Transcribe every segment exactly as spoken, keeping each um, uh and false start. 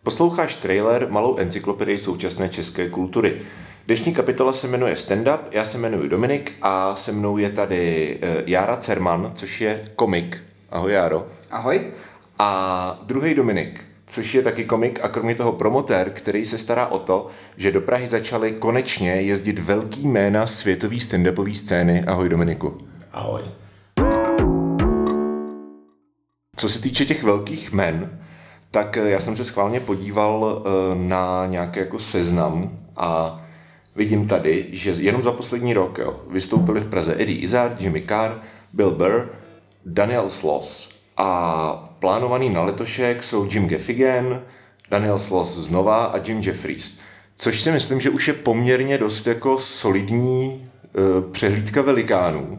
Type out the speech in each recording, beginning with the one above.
Posloucháš trailer Malou encyklopedii současné české kultury. Dnešní kapitola se jmenuje Stand-up, já se jmenuji Dominik a se mnou je tady Jára Cerman, což je komik. Ahoj Járo. Ahoj. A druhý Dominik, což je taky komik a kromě toho promotér, který se stará o to, že do Prahy začaly konečně jezdit velký jména světový stand-upový scény. Ahoj Dominiku. Ahoj. Co se týče těch velkých jmen, tak já jsem se schválně podíval na nějaký jako seznam a vidím tady, že jenom za poslední rok jo, vystoupili v Praze Eddie Izzard, Jimmy Carr, Bill Burr, Daniel Sloss a plánovaný na letošek jsou Jim Gaffigan, Daniel Sloss znova a Jim Jeffries. Což si myslím, že už je poměrně dost jako solidní uh, přehlídka velikánů.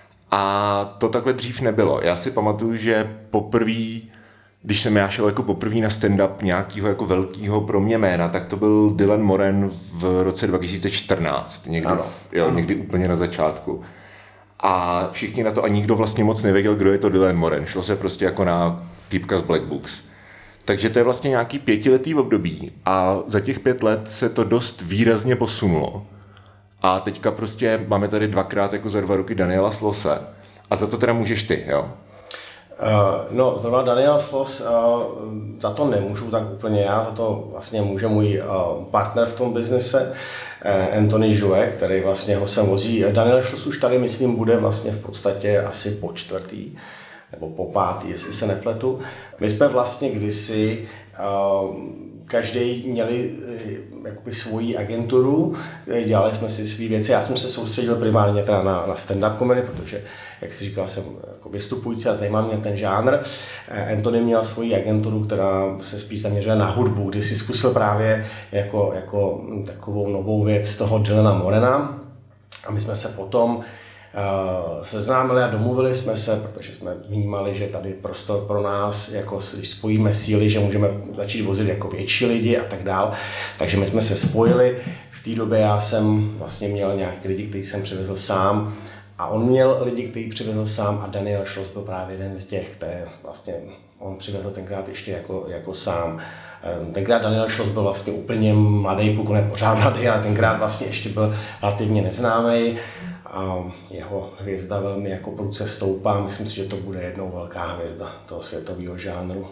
A to takhle dřív nebylo. Já si pamatuju, že poprvý, když jsem já šel jako poprvý na stand-up nějakého jako velkého pro mě jména, tak to byl Dylan Moran v roce dva tisíce čtrnáct. Někdy, ano, jo, ano. někdy úplně na začátku. A všichni na to, a nikdo vlastně moc nevěděl, kdo je to Dylan Moran. Šlo se prostě jako na týpka z Black Books. Takže to je vlastně nějaký pětiletý období a za těch pět let se to dost výrazně posunulo. A teďka prostě máme tady dvakrát jako za dva roky Daniela Slosse. A za to teda můžeš ty, jo? Uh, no, zrovna Daniel Sloss, uh, za to nemůžu tak úplně já, za to vlastně může můj uh, partner v tom biznise, uh, Anthony Joue, který vlastně ho sem vozí. Daniel Sloss už tady, myslím, bude vlastně v podstatě asi po čtvrtý, nebo po pátý, jestli se nepletu. My jsme vlastně kdysi uh, každý měli jakoby svoji agenturu, dělali jsme si svý věci. Já jsem se soustředil primárně teda na, na stand-up comedy, protože, jak jsi říkal, jsem jako vystupující a zajímá mě ten žánr. Anthony měl svoji agenturu, která se spíš zaměřuje na hudbu, kdy si zkusil právě jako, jako takovou novou věc z toho Dylana Morana. A my jsme se potom Uh, seznámili a domluvili jsme se, protože jsme vnímali, že tady prostor pro nás, jako když spojíme síly, že můžeme začít vozit jako větší lidi a tak dál. Takže my jsme se spojili. V té době já jsem vlastně měl nějaký lidi, který jsem přivezl sám a on měl lidi, který přivezl sám a Daniel Sloss byl právě jeden z těch, které vlastně on přivezl tenkrát ještě jako, jako sám. Tenkrát Daniel Sloss byl vlastně úplně mladý kluk, ne pořád mladý, ale tenkrát vlastně ještě byl relativně neznámý. A jeho hvězda velmi jako prudce stoupá. Myslím si, že to bude jednou velká hvězda toho světového žánru.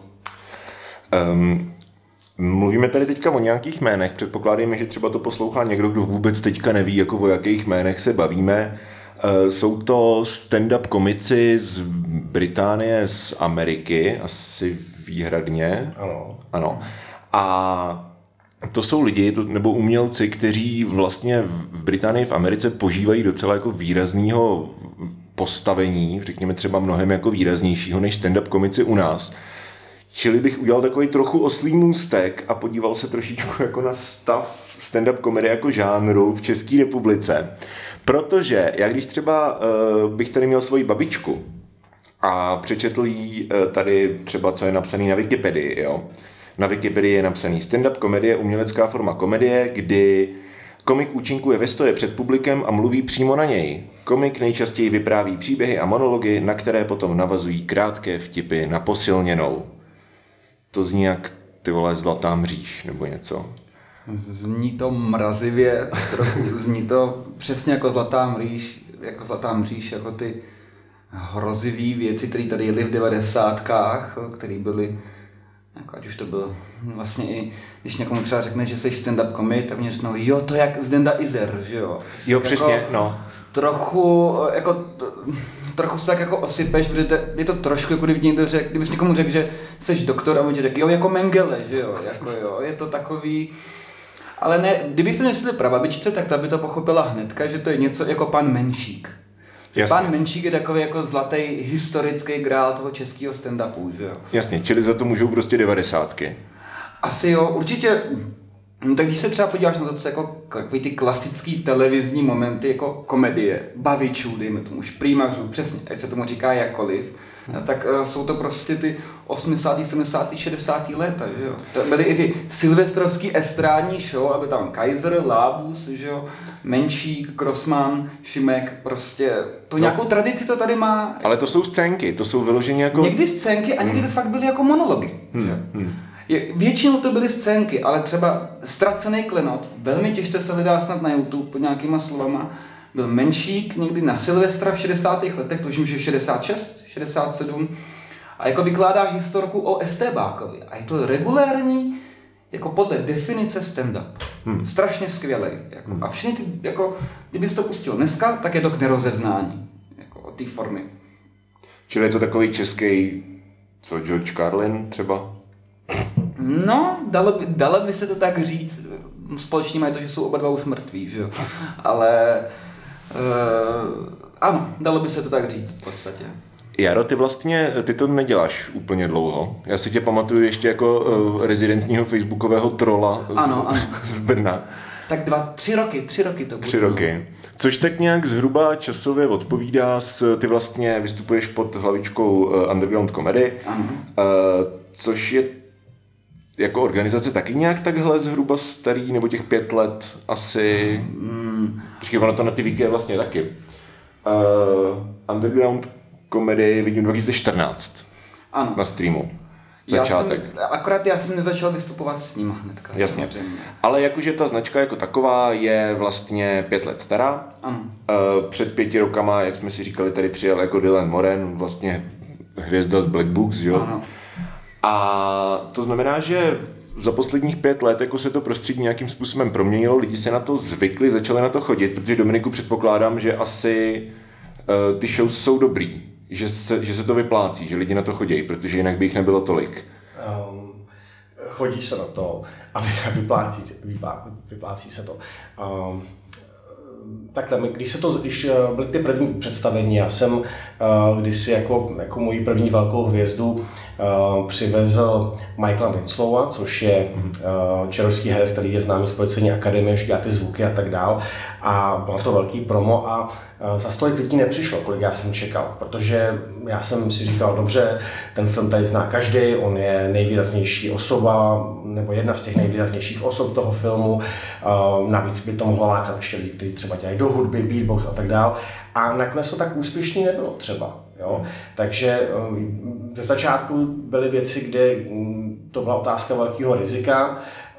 Um, mluvíme tady teďka o nějakých jménech. Předpokládáme, že třeba to poslouchá někdo, kdo vůbec teďka neví, jako o jakých jménech se bavíme. Uh, jsou to stand-up komici z Británie, z Ameriky, asi výhradně. Ano. Ano. A to jsou lidi, nebo umělci, kteří vlastně v Británii, v Americe požívají docela jako výrazného postavení, řekněme třeba mnohem jako výraznějšího než stand-up komici u nás. Čili bych udělal takový trochu oslý můstek a podíval se trošičku jako na stav stand-up komedie jako žánru v České republice. Protože já když třeba uh, bych tady měl svoji babičku a přečetl jí uh, tady třeba, co je napsaný na Wikipedii, jo. Na Wikipedii je napsaný stand-up komedie, umělecká forma komedie, kdy komik účinkuje ve stoje před publikem a mluví přímo na něj. Komik nejčastěji vypráví příběhy a monology, na které potom navazují krátké vtipy na posilněnou. To zní jak, ty vole, Zlatá mříž, nebo něco. Zní to mrazivě, trochu zní to přesně jako Zlatá mříž, jako Zlatá mříž, jako ty hrozivý věci, které tady jeli v devadesátkách, které byly. Jako ať už to bylo vlastně i, když někomu třeba řekne, že jsi stand-up komik, tak mě řeknou, jo, to jak z Denda Izer, že jo. Jo, jako přesně, no. Trochu, jako, trochu se tak jako osypeš, protože to, je to trošku, jako kdyby někdo řekl, kdybys někomu řekl, že jsi doktor a on ti řekl, jo, jako Mengele, že jo, jako jo, je to takový. Ale ne, kdybych to nesl prababičce, tak ta by to pochopila hnedka, že to je něco jako pan Menšík. Jasně. Pan Menšík je takový jako zlatý historický grál toho českého stand-upu, že jo? Jasně, čili za to můžou prostě devadesátky. Asi jo, určitě. No, tak když se třeba podíváš na to, co jako takový ty klasický televizní momenty jako komedie, bavičů, dejme tomu, šprýmařů, přesně, ať se tomu říká jakkoliv, no, tak uh, jsou to prostě ty osmdesátá, sedmdesátá, šedesátá léta, že jo. To byly i ty silvestrovský estrádní show, aby tam Kaiser, Lábus, že jo, Menšík, Grossman, Šimek, prostě to no. Nějakou tradici to tady má. Ale to jsou scénky, to jsou vyloženě jako... Někdy scénky a někdy hmm. to fakt byly jako monology, hmm. že? Hmm. Je, většinou to byly scénky, ale třeba Ztracený klenot, velmi těžce se hledá snad na YouTube pod nějakýma slovama, byl menšík někdy na Silvestra v šedesátých letech, tužím, že šedesát šest, šedesát sedm, a jako vykládá historku o estébákovi. A je to regulérní, jako podle definice stand-up. Hmm. Strašně skvělej. Jako. Hmm. A všechny ty, jako, kdybys to pustil dneska, tak je to k nerozeznání. Jako od té formy. Čili je to takový český, co, George Carlin třeba? No, dalo by, dalo by se to tak říct. Společně mají to, že jsou oba dva už mrtví, že jo. Ale uh, ano, dalo by se to tak říct v podstatě. Jaro, ty vlastně, ty to neděláš úplně dlouho. Já si tě pamatuju ještě jako uh, rezidentního facebookového trola z, ano, ano. z Brna. Tak dva, tři roky, tři roky to bude. Tři roky. Což tak nějak zhruba časově odpovídá, s, ty vlastně vystupuješ pod hlavičkou uh, Underground Comedy, ano. Uh, což je jako organizace taky nějak takhle zhruba starý, nebo těch pět let asi. Mm. Počkej, ono to na ty víky je vlastně taky. Uh, Underground Comedy vidím dva tisíce čtrnáct ano. Na streamu. Začátek. Já jsem, akorát já jsem nezačal vystupovat s ním hnedka. Jasně. Ale jakože ta značka jako taková je vlastně pět let stará. Ano. Před pěti rokama, jak jsme si říkali, tady přijel jako Dylan Moran, vlastně hvězda z Black Books, jo? Ano. A to znamená, že za posledních pět let jako se to prostředí nějakým způsobem proměnilo, lidi se na to zvykli, začali na to chodit, protože Dominiku předpokládám, že asi uh, ty shows jsou dobrý. Že se, že se to vyplácí, že lidi na to chodí, protože jinak by jich nebylo tolik. Um, chodí se na to a vyplácí, vyplá, vyplácí se to. Um, takhle, když, se to, když byly ty první představení, já jsem uh, kdysi jako, jako moji první velkou hvězdu uh, přivezl Michaela Winslowa, což je uh, čerovský herec, který je známý z Policejní akademie, že dělá ty zvuky a tak dál. A bylo to velký promo a za stolik lidí nepřišlo, kolik já jsem čekal, protože já jsem si říkal, dobře, ten film tady zná každý, on je nejvýraznější osoba, nebo jedna z těch nejvýraznějších osob toho filmu, navíc by to mohlo lákat ještě lidi, kteří třeba dělají do hudby, beatbox a tak dál. A nakonec to tak úspěšný nebylo třeba. Jo? Takže ze začátku byly věci, kde to byla otázka velkého rizika.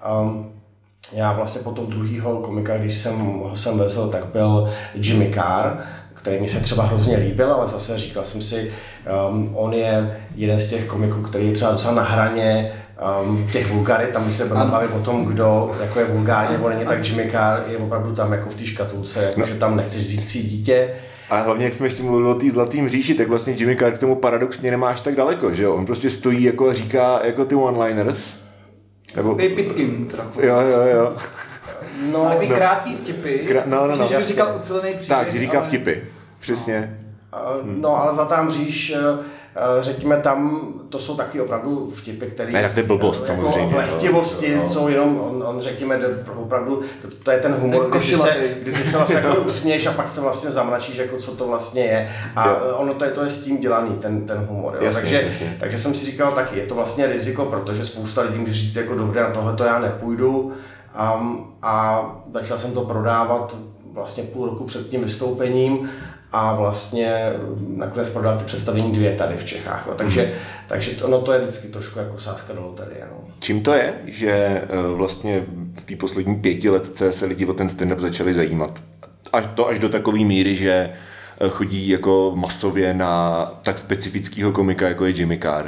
Já vlastně potom druhýho komika, když jsem ho sem vezl, tak byl Jimmy Carr, který mi se třeba hrozně líbil, ale zase říkal jsem si, um, on je jeden z těch komiků, který je třeba docela na hraně um, těch vulgarit, tam my se budeme bavit o tom, kdo jako je vulgární nebo není, tak Jimmy Carr je opravdu tam jako v té škatulce, jako, no. Že tam nechceš vzít si dítě. A hlavně, jak jsme ještě mluvili o té zlatý mříži, tak vlastně Jimmy Carr k tomu paradoxně nemá až tak daleko, že jo? On prostě stojí jako a říká jako ty one-liners. Nebo... Pitkin trochu. Jo, jo, jo. No, ale no. Krátký vtipy, Krá... no, no, no, že by říkal ucelený příběh. Tak, říká ale... vtipy, přesně. No, no ale zlatá mříž, řekněme tam, to jsou taky opravdu vtipy, které... Ne, tak to je blbost jako samozřejmě. Vlehtivosti, no, no. Jsou jenom, on, on řekněme, opravdu, to, to je ten humor, kdy ty, se, kdy ty se vlastně jako usměješ a pak se vlastně zamračíš, jako co to vlastně je. A jo. ono to je, to je s tím dělaný, ten, ten humor. Jo. Jasně, takže, jasně. takže jsem si říkal taky, je to vlastně riziko, protože spousta lidí může říct, jako dobré, na tohle to já nepůjdu. Um, a začal jsem to prodávat vlastně půl roku před tím vystoupením a vlastně nakonec prodal ty představení dvě tady v Čechách. Jo. Takže, mm. takže to, no, to je vždycky trošku jako sázka do loterie. No. Čím to je, že vlastně v té poslední pětiletce se lidi o ten stand-up začali zajímat? Až to až do takové míry, že chodí jako masově na tak specifického komika, jako je Jimmy Carr?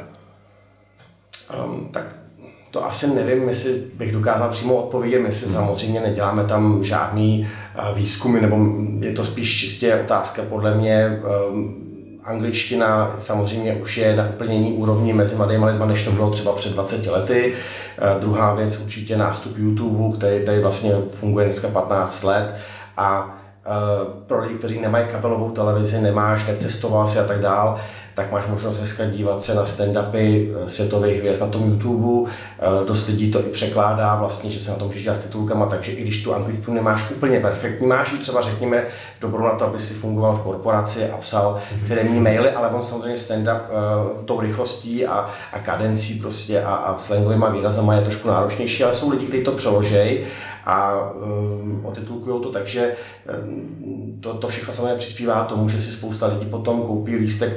Um, tak to asi nevím, jestli bych dokázal přímo odpovědět, my si samozřejmě neděláme tam žádný výzkumy, nebo je to spíš čistě otázka podle mě. Angličtina samozřejmě už je na úplně jiný úrovni mezi mladými lidmi, než to bylo třeba před dvaceti lety. Druhá věc určitě nástup YouTube, který tady vlastně funguje dneska patnáct let a pro lidi, kteří nemají kabelovou televizi, nemáš, necestoval si a tak dál, tak máš možnost dneska dívat se na stand-upy světových hvězd na tom YouTube. Dost lidí to i překládá vlastně, že se na tom můžeš dělat s titulkama, takže i když tu angličtinu nemáš úplně perfektní, máš ji třeba řekněme dobrou na to, aby si fungoval v korporaci a psal firemní maily, ale on samozřejmě stand-up uh, tou rychlostí a, a kadencí prostě a, a slangovýma výrazama je trošku náročnější, ale jsou lidi, kteří to přeložejí a um, otitulkujou to, takže um, to, to všechno samozřejmě přispívá tomu, že si spousta lidí potom koupí lístek, který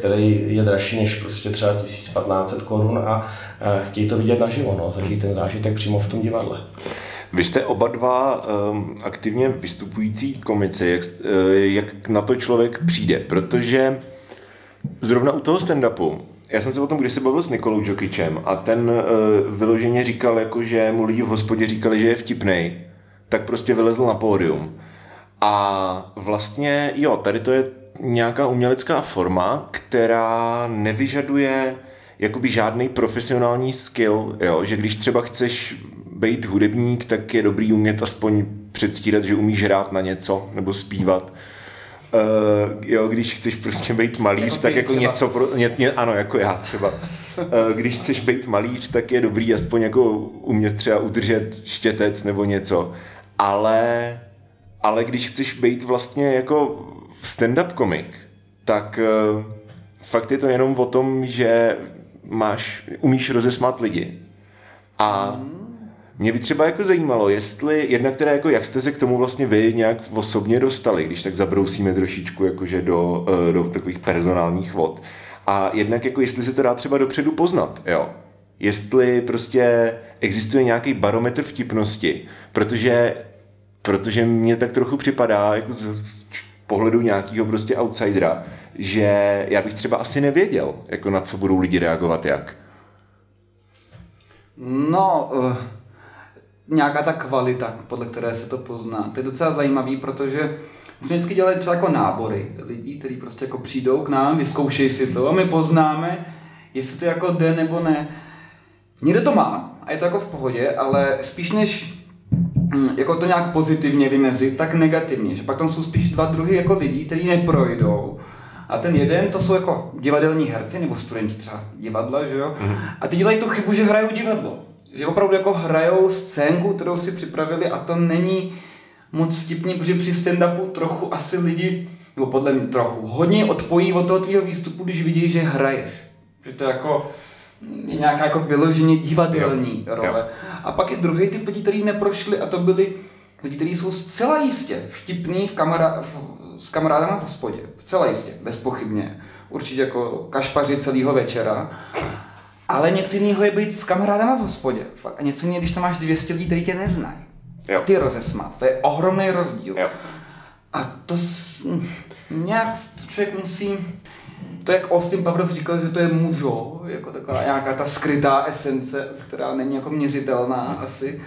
je dražší než prostě třeba tisíc patnáct set korun a chtějí to vidět naživo, no, zažít ten zážitek přímo v tom divadle. Vy jste oba dva um, aktivně vystupující komici, jak, uh, jak na to člověk přijde, protože zrovna u toho stand-upu, já jsem se o tom kdysi bavil s Nikolou Jokičem a ten uh, vyloženě říkal, jako, že mu lidi v hospodě říkali, že je vtipnej, tak prostě vylezl na pódium. A vlastně, jo, tady to je nějaká umělecká forma, která nevyžaduje jakoby žádný profesionální skill, jo, že když třeba chceš být hudebník, tak je dobrý umět aspoň předstírat, že umíš hrát na něco, nebo zpívat. Uh, jo, když chceš prostě být malíř, jako tak jako třeba. něco, pro, ně, ně, ano, jako já třeba. Uh, když chceš být malíř, tak je dobrý aspoň jako umět třeba udržet štětec nebo něco. Ale, ale když chceš být vlastně jako stand-up komik, tak uh, fakt je to jenom o tom, že máš, umíš rozesmát lidi. A mě by třeba jako zajímalo, jestli jednak teda jako jak jste se k tomu vlastně vy nějak osobně dostali, když tak zabrousíme trošičku jakože do, do takových personálních vod. A jednak jako jestli se to dá třeba dopředu poznat, jo. Jestli prostě existuje nějaký barometr vtipnosti, protože, protože mně tak trochu připadá jako z, z pohledu nějakého prostě outsidera, že já bych třeba asi nevěděl, jako na co budou lidi reagovat jak. No... Uh... nějaká ta kvalita, podle které se to pozná. To je docela zajímavý, protože jsme vždycky dělali třeba jako nábory lidí, kteří prostě jako přijdou k nám, vyzkoušejí si to a my poznáme, jestli to jako jde nebo ne. Někdo to má a je to jako v pohodě, ale spíš než jako to nějak pozitivně vymezit, tak negativně, že pak tam jsou spíš dva druhy jako lidí, kteří neprojdou. A ten jeden, to jsou jako divadelní herci nebo studenti třeba divadla, že jo? A ty dělají tu chybu, že hrajou divadlo. Že opravdu jako hrajou scénku, kterou si připravili a to není moc vtipný, protože při stand-upu trochu asi lidi, nebo podle mě trochu, hodně odpojí od toho tvýho výstupu, když vidí, že hraješ. Že to jako je nějaká jako vyloženě divadelní jo. role. Jo. A pak je druhý typ lidí, kteří neprošli a to byli lidi, kteří jsou zcela jistě vtipní v kamera, v, s kamarádama v hospodě. Zcela jistě, bezpochybně. Určitě jako kašpaři celého večera. Ale něco jiného je být s kamarádama v hospodě. Fakt. A něco jiného, když tam máš dvě stě lidí, kteří tě neznají. A ty rozesmát. To je ohromný rozdíl. Jo. A to s... nějak člověk musí... To jak Austin Powers říkal, že to je mužo, jako taková nějaká ta skrytá esence, která není jako měřitelná asi.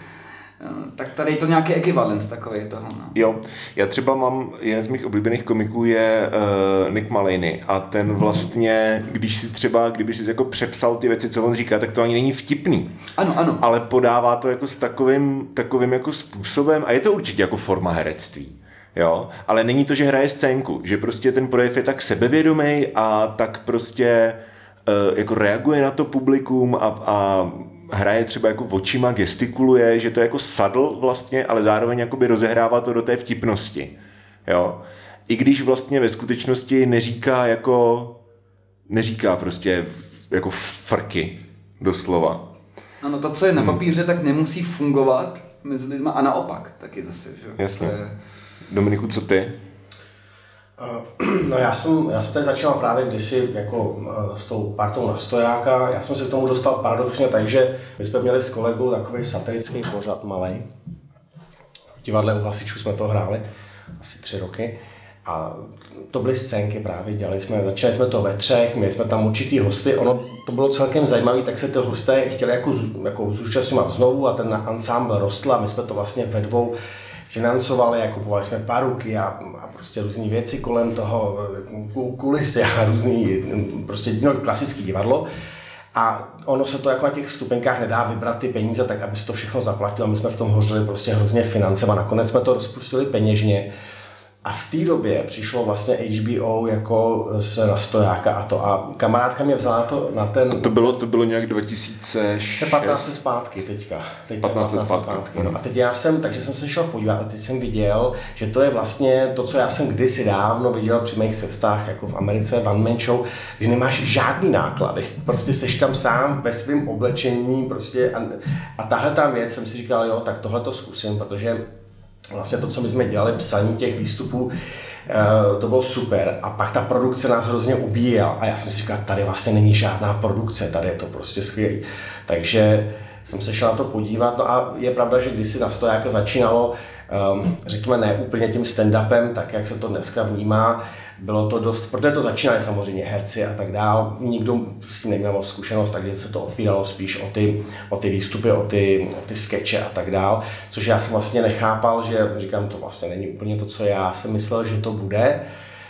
Tak tady je to nějaký ekvivalent takový toho. No. Jo, já třeba mám, jeden z mých oblíbených komiků je uh, Nick Mulaney a ten vlastně, když si třeba, kdyby si jako přepsal ty věci, co on říká, tak to ani není vtipný. Ano, ano. Ale podává to jako s takovým, takovým jako způsobem a je to určitě jako forma herectví. Jo, ale není to, že hraje scénku, že prostě ten projev je tak sebevědomý a tak prostě uh, jako reaguje na to publikum a, a hraje třeba jako očima, gestikuluje, že to je jako sadl vlastně, ale zároveň jakoby rozehrává to do té vtipnosti. Jo? I když vlastně ve skutečnosti neříká jako, neříká prostě jako frky, doslova. Ano, to, co je na papíře, tak nemusí fungovat mezi lidma a naopak taky zase, že? Jasně. Je... Dominiku, co ty? No já jsem, já jsem tady začal právě kdysi jako s tou partou na stojáka. Já jsem se k tomu dostal paradoxně tak, že my jsme měli s kolegou takový satirický pořad malej. V divadle u Hasičů jsme to hráli asi tři roky. A to byly scénky právě, dělali jsme, začali jsme to ve třech, měli jsme tam určitý hosty, ono to bylo celkem zajímavé, tak se ty hosté chtěli jako, jako zúčastňovat znovu a ten ansámbl rostl a my jsme to vlastně ve dvou financovali, jako kupovali jsme paruky a, a prostě různé věci kolem toho, kulisy a různý, prostě no, klasický divadlo. A ono se to jako na těch stupenkách nedá vybrat ty peníze tak, aby se to všechno zaplatilo. My jsme v tom hořili prostě hrozně finance a nakonec jsme to rozpustili peněžně. A v té době přišlo vlastně H B O jako z nastojáka a to a kamarádka mě vzala na, to, na ten... A to bylo, to bylo nějak dva tisíce šest? patnáct let zpátky teďka. Teď patnáct let zpátky. zpátky. No a teď já jsem, takže jsem se šel podívat a teď jsem viděl, že to je vlastně to, co já jsem kdysi dávno viděl při mých cestách jako v Americe, one man show, že nemáš žádný náklady. Prostě seš tam sám ve svém oblečení prostě a, a tahle ta věc jsem si říkal, jo, tak tohle to zkusím, protože vlastně to, co my jsme dělali, psaní těch výstupů, to bylo super a pak ta produkce nás hrozně ubíjela a já jsem si říkal, tady vlastně není žádná produkce, tady je to prostě skvělý. Takže jsem se šel na to podívat, no a je pravda, že když si na Stojáka začínalo, um, řekněme ne úplně tím stand-upem, tak jak se to dneska vnímá, bylo to dost, protože to začínali samozřejmě herci a tak dál, nikdo s tím neměl zkušenost, takže se to opíralo spíš o ty, o ty výstupy, o ty, o ty skeče a tak dál, což já jsem vlastně nechápal, že říkám, to vlastně není úplně to, co já jsem myslel, že to bude.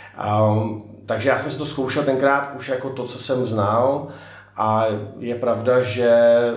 Um, takže já jsem si to zkoušel tenkrát už jako to, co jsem znal. A je pravda, že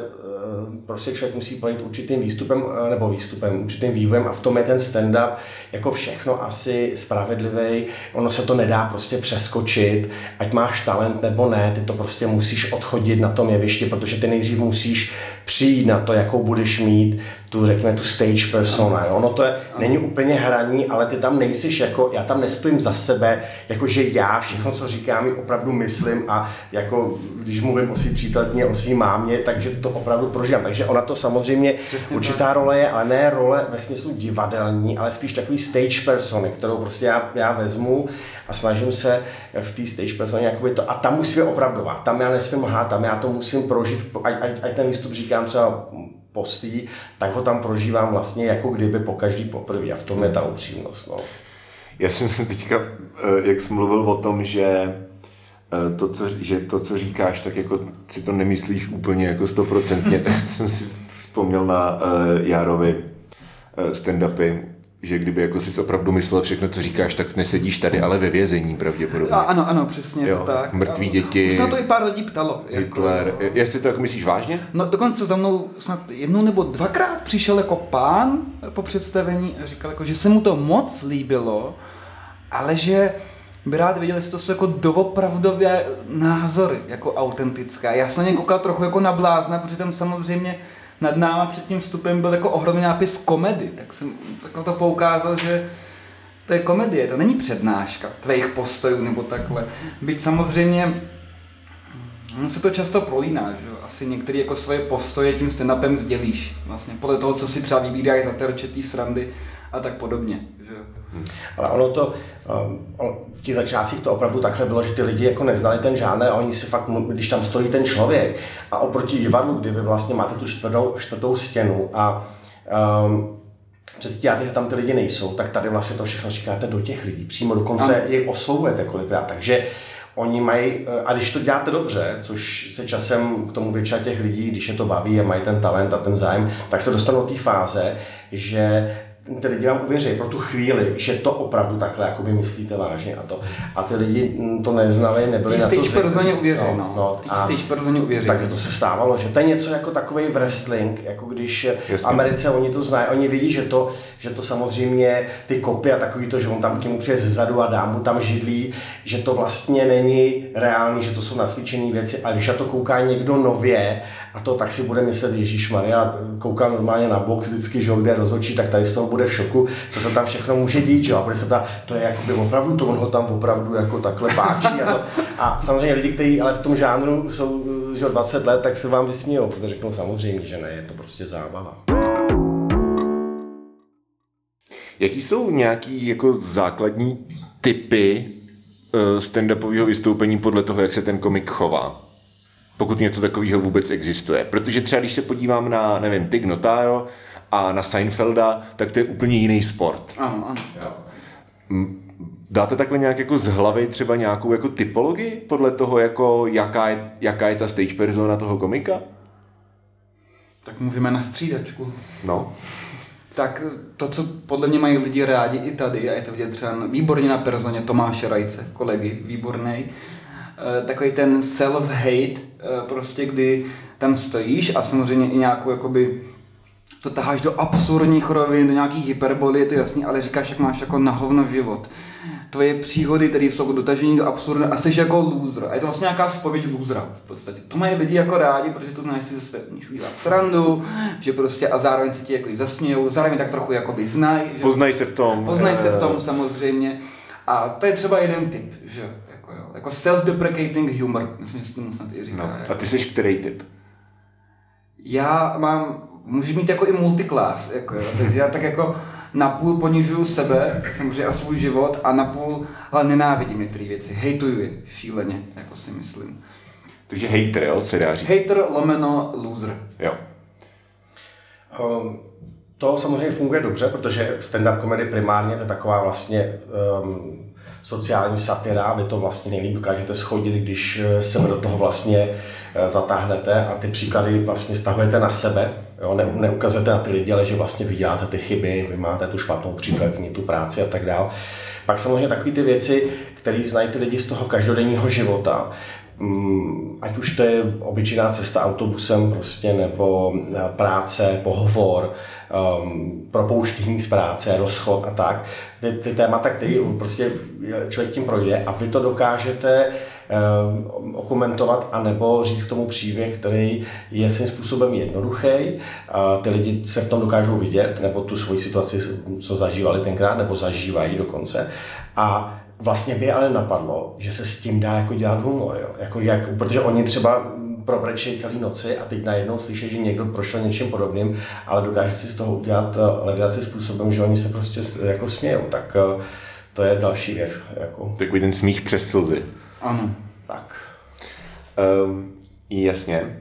prostě člověk musí projít určitým výstupem, nebo výstupem, určitým vývojem a v tom je ten stand-up jako všechno asi spravedlivý. Ono se to nedá prostě přeskočit, ať máš talent nebo ne, ty to prostě musíš odchodit na tom jevišti, protože ty nejdřív musíš přijít na to, jakou budeš mít tu, řekněme, tu stage persona. Jo? Ono to je, není úplně hraní, ale ty tam nejsiš jako, já tam nestojím za sebe, jakože já všechno, co říkám, opravdu myslím a jako, když mluvím o svý přítelkyni, o svý mámě, takže to opravdu prožívám. Takže ona to samozřejmě přesně určitá tak. Role je, ale ne role ve smyslu divadelní, ale spíš takový stage persony, kterou prostě já, já vezmu a snažím se v té stage personě jakoby to, a tam musím opravdovat, tam já nesmím lhát, tam já to musím prožít, ať, ať, ať ten výstup říkám třeba postý, tak ho tam prožívám vlastně jako kdyby po každý poprvé a v tom je ta upřímnost. No. Já jsem se teďka, jak jsi mluvil o tom, že to, co, že to, co říkáš, tak jako si to nemyslíš úplně jako stoprocentně, tak jsem si vzpomněl na uh, Járovi uh, stand-upy, že kdyby jako jsi opravdu myslel všechno, co říkáš, tak nesedíš tady, ale ve vězení pravděpodobně. A, ano, ano, přesně jo, to tak. Mrtví děti. Už se na to i pár lidí ptalo. Hitler. Jako, jestli to jako myslíš vážně? No dokonce za mnou snad jednou nebo dvakrát přišel jako pán po představení a říkal, jako, že se mu to moc líbilo, ale že by rád věděl, jestli to jsou jako doopravdové názory, jako autentické. Já jsem na ně koukal trochu jako na blázna, protože tam samozřejmě nad náma před tím vstupem byl jako ohromný nápis komedy, tak jsem tak na to poukázal, že to je komedie, to není přednáška tvých postojů nebo takhle. Byť samozřejmě no se to často prolíná, že jo? Asi některé jako svoje postoje tím stand-upem sdělíš, vlastně podle toho, co si třeba vybíráš za terčetý srandy a tak podobně, že jo. Hmm. Ale ono to, um, v těch začátcích to opravdu takhle bylo, že ty lidi jako neznali ten žánr a oni si fakt, když tam stojí ten člověk a oproti divadlu, kdy vy vlastně máte tu čtvrtou, čtvrtou stěnu a um, předstíráte, že tam ty lidi nejsou, tak tady vlastně to všechno říkáte do těch lidí, přímo dokonce je oslovujete kolikrát, takže oni mají, a když to děláte dobře, což se časem k tomu většina těch lidí, když je to baví a mají ten talent a ten zájem, tak se dostanou do té fáze, že ty lidi vám uvěří pro tu chvíli, že to opravdu takhle jakoby myslíte vážně a to. A ty lidi to neznali, nebyli na to zvyklí. Ty stage personě uvěří, no. no. no ty stage personě uvěří. Takže to se stávalo, že to je něco jako takový wrestling, jako když v Americe oni to znají, oni vidí, že to, že to samozřejmě ty kopy a takový to, že on tam k němu přijde zezadu a dá mu tam židlí, že to vlastně není reálný, že to jsou nacvičené věci, a když na to kouká někdo nově a to tak si bude myslet, ježišmarja, kouká normálně na box vždycky, že kde rozhodčí, tak tady z toho bude v šoku, co se tam všechno může dít, že? A bude se ptát, to je jakoby opravdu, to on ho tam opravdu jako takhle páčí a to. A samozřejmě lidi, kteří ale v tom žánru jsou že dvacet let, tak se vám vysmějou, protože řeknou samozřejmě, že ne, je to prostě zábava. Jaký jsou nějaký jako základní typy stand-upového vystoupení podle toho, jak se ten komik chová? Pokud něco takového vůbec existuje. Protože třeba když se podívám na, nevím, Tig Notaro a na Seinfelda, tak to je úplně jiný sport. Ano, ano. Dáte takhle nějak jako z hlavy třeba nějakou jako typologii podle toho, jako jaká je, jaká je ta stage persona toho komika? Tak můžeme na střídačku. No. Tak to, co podle mě mají lidi rádi i tady, a je to vidět třeba výborně na personě Tomáše Rajce, kolegy, výbornej, takový ten self-hate, prostě kdy tam stojíš a samozřejmě i nějakou jakoby to taháš do absurdních rovin, do nějakých hyperboly, je to jasný, ale říkáš, jak máš jako na hovno život. Tvoje příhody, které jsou dotažení do absurdu a jsi jako loser. A je to vlastně nějaká zpověď losera v podstatě. To mají lidi jako rádi, protože to znáš si ze své udělat srandu, že prostě a zároveň se ti jako zasmějou, zároveň tak trochu jakoby znají. Poznají se v tom. Poznají se v tom samozřejmě. A to je třeba jeden typ, že jako, jo, jako self-deprecating humor, myslím, že tím snad i říká. No. A ty jsi který typ? Já mám, můžeš mít jako i multiclass, jako jo, takže já tak jako napůl ponižuju sebe, samozřejmě a svůj život a napůl, ale nenávidím některé věci, hejtuju je šíleně, jako si myslím. Takže hater, jo, se dá říct. Hater lomeno loser. Jo. Um, to samozřejmě funguje dobře, protože stand-up comedy primárně to je taková vlastně um, sociální satira, vy to vlastně nejlíp dokážete schodit, když se do toho vlastně zatáhnete a ty příklady vlastně stahujete na sebe, jo? Ne, neukazujete na ty lidi, ale že vlastně vy děláte ty chyby, vy máte tu špatnou přítelkyni, tu práci a tak dále. Pak samozřejmě takové ty věci, které znají ty lidi z toho každodenního života, ať už to je obyčejná cesta autobusem prostě, nebo práce, pohovor, um, propouštění z práce, rozchod a tak. Ty, ty témata, které prostě člověk tím projde a vy to dokážete um, okomentovat anebo říct k tomu příběh, který je svým způsobem jednoduchý. A ty lidi se v tom dokážou vidět, nebo tu svoji situaci, co zažívali tenkrát, nebo zažívají dokonce. A vlastně by ale napadlo, že se s tím dá jako dělat humor, jo? Jako jak, protože oni třeba probrečejí celý noci a teď najednou slyší, že někdo prošel něčím podobným, ale dokáže si z toho udělat legraci způsobem, že oni se prostě jako smějou, tak to je další věc. Jako. Takový ten smích přes slzy. Ano. Tak. Um, jasně.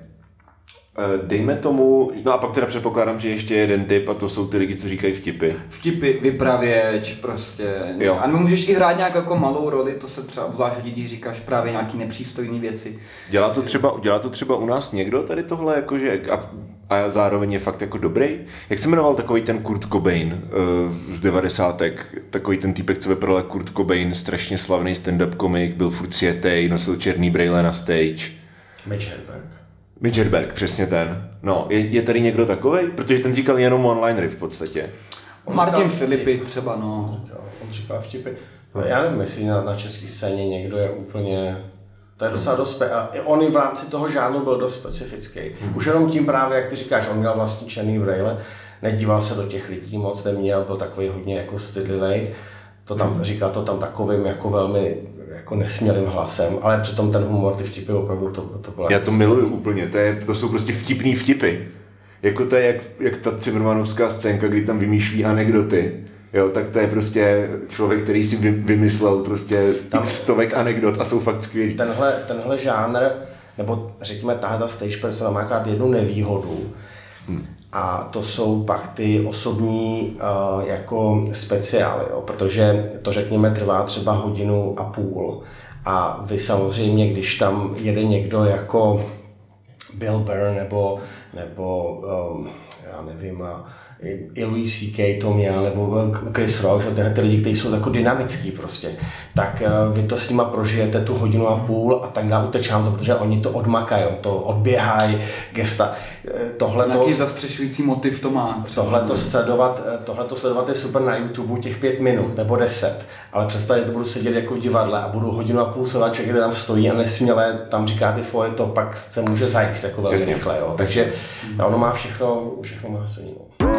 Dejme tomu, no a pak teda předpokládám, že ještě jeden typ a to jsou ty lidi, co říkají vtipy. Vtipy, vypravěč, prostě. Jo. A můžeš i hrát nějak jako malou roli, to se třeba obzvlášť hodí, když říkáš právě nějaký nepřístojný věci. Dělá to třeba, dělá to třeba u nás někdo tady tohle, jakože, a, a zároveň je fakt jako dobrý? Jak se jmenoval takový ten Kurt Cobain uh, z devadesátek, takový ten týpek, co vypadal jako Kurt Cobain, strašně slavný stand-up komik, byl furt sjetej, nosil černý brejle na stage. Mitch Hedberg. Mitch Hedberg, přesně ten. No, je, je tady někdo takovej? Protože ten říkal jenom one-linery v podstatě. On Martin Filipy třeba, no. On říkal vtipy. No, já nevím, jestli na, na české scéně někdo je úplně... To je docela dost... A on i v rámci toho žánru byl dost specifický. Hmm. Už jenom tím právě, jak ty říkáš, on měl vlastní černý brejle, nedíval se do těch lidí moc, neměl, byl takový hodně jako stydlivý. To tam, hmm. říkal to tam takovým jako velmi jako nesmělým hlasem, ale přitom ten humor, ty vtipy opravdu to, to bylo... Já to miluju úplně, to, je, to jsou prostě vtipný vtipy. Jako to je jak, jak ta Cimrmanovská scénka, kdy tam vymýšlí anekdoty. Jo, tak to je prostě člověk, který si vymyslel prostě tam stovek anekdot a jsou fakt skvělý. Tenhle, tenhle žánr, nebo řekněme tahle stage persona má akorát jednu nevýhodu. Hmm. A to jsou pak ty osobní uh, jako speciály, jo? Protože to řekněme trvá třeba hodinu a půl a vy samozřejmě, když tam jede někdo jako Bill Burr nebo, nebo um, já nevím, i Louis C K to měl, nebo Chris Rock, že ty lidi, kteří jsou jako dynamický prostě, tak vy to s nima prožijete tu hodinu a půl a tak dále, uteče vám to, protože oni to odmakají, to odběhají, gesta. Tohleto, nějaký zastřešující motiv to má. Tohleto sledovat, tohleto sledovat je super na YouTube těch pět minut nebo deset, ale představit, že budu sedět jako v divadle a budu hodinu a půl sledovat člověk, který tam stojí a nesměle tam říká ty fóry, to pak se může zajíst jako velmi rychle, jo. Takže ono má všechno, všechno má svý.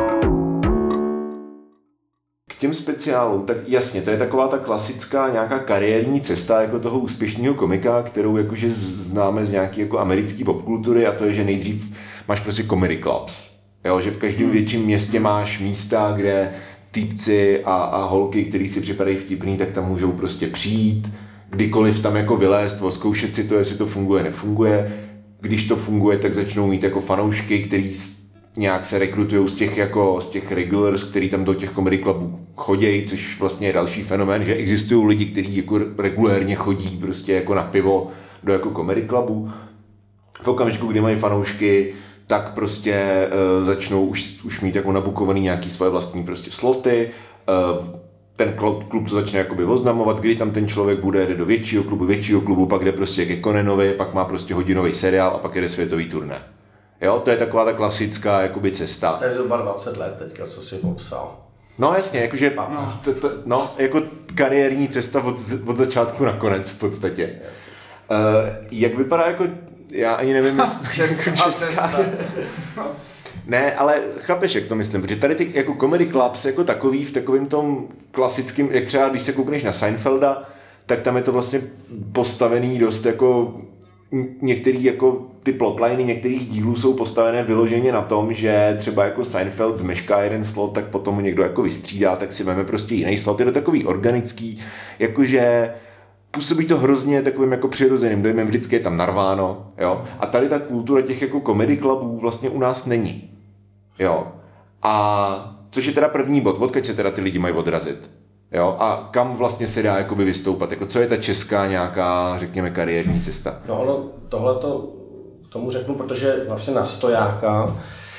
K těm speciálům, tak jasně, to je taková ta klasická nějaká kariérní cesta jako toho úspěšného komika, kterou jakože známe z nějaké jako americké popkultury a to je, že nejdřív máš prostě comedy clubs. Jo, že v každém větším městě máš místa, kde týpci a, a holky, který si připadají vtipný, tak tam můžou prostě přijít, kdykoliv tam jako vylézt, zkoušet si to, jestli to funguje, nefunguje. Když to funguje, tak začnou mít jako fanoušky, který nějak se rekrutujou z těch, jako, z těch regulars, který tam do těch comedy clubů chodějí, což vlastně je další fenomén, že existují lidi, kteří jako regulérně chodí prostě jako na pivo do jako comedy clubů. V okamžiku, kdy mají fanoušky, tak prostě uh, začnou už, už mít jako nabukovaný nějaký svoje vlastní prostě sloty. Uh, ten klub, klub to začne jakoby oznamovat, kdy tam ten člověk bude, jde do většího klubu, většího klubu, pak jde prostě ke Conanovi, pak má prostě hodinový seriál a pak jde světový turné. Jo, to je taková ta klasická jakoby cesta. To je zhruba dvacet let teďka, co jsi popsal. No jasně, jakože no. To, to, no, jako kariérní cesta od, od začátku na konec v podstatě. Yes. Uh, jak vypadá jako, já ani nevím, jestli jako česká. Ne, ale chápeš, jak to myslím, protože tady ty jako comedy clubs jako takový v takovém tom klasickém, jak třeba když se koukneš na Seinfelda, tak tam je to vlastně postavený dost jako některý jako ty plotliny některých dílů jsou postavené vyloženě na tom, že třeba jako Seinfeld zmešká jeden slot, tak potom ho někdo jako vystřídá, tak si veme prostě jiný slot. Je to takový organický, jakože působí to hrozně takovým jako přirozeným dojmem, vždycky je tam narváno, jo. A tady ta kultura těch jako comedy clubů vlastně u nás není, jo. A což je teda první bod, odkud se teda ty lidi mají odrazit, jo. A kam vlastně se dá jakoby vystoupat, jako co je ta česká nějaká, řekněme, kariérní cesta. No ono, tohleto tomu řeknu, protože vlastně na stojáka,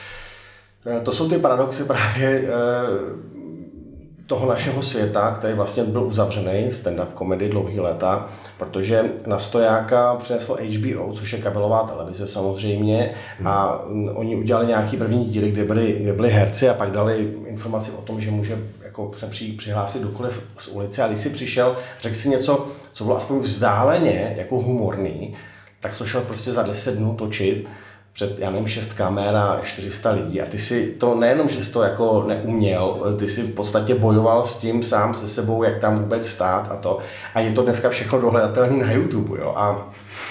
to jsou ty paradoxy právě toho našeho světa, který vlastně byl uzavřený, stand-up komedy dlouhý léta, protože na stojáka přineslo H B O, což je kabelová televize samozřejmě, a oni udělali nějaký první díly, kde byli, kde byli herci a pak dali informaci o tom, že může jako se při, přihlásit kdokoliv z ulice, a když si přišel, řekl si něco, co bylo aspoň vzdáleně jako humorný, tak to šel prostě za deset dnů točit před, já nevím, šest kamer a čtyři sta lidí. A ty si to nejenom, že jsi to jako neuměl, ty si v podstatě bojoval s tím sám se sebou, jak tam vůbec stát a to. A je to dneska všechno dohledatelné na YouTube, jo. A,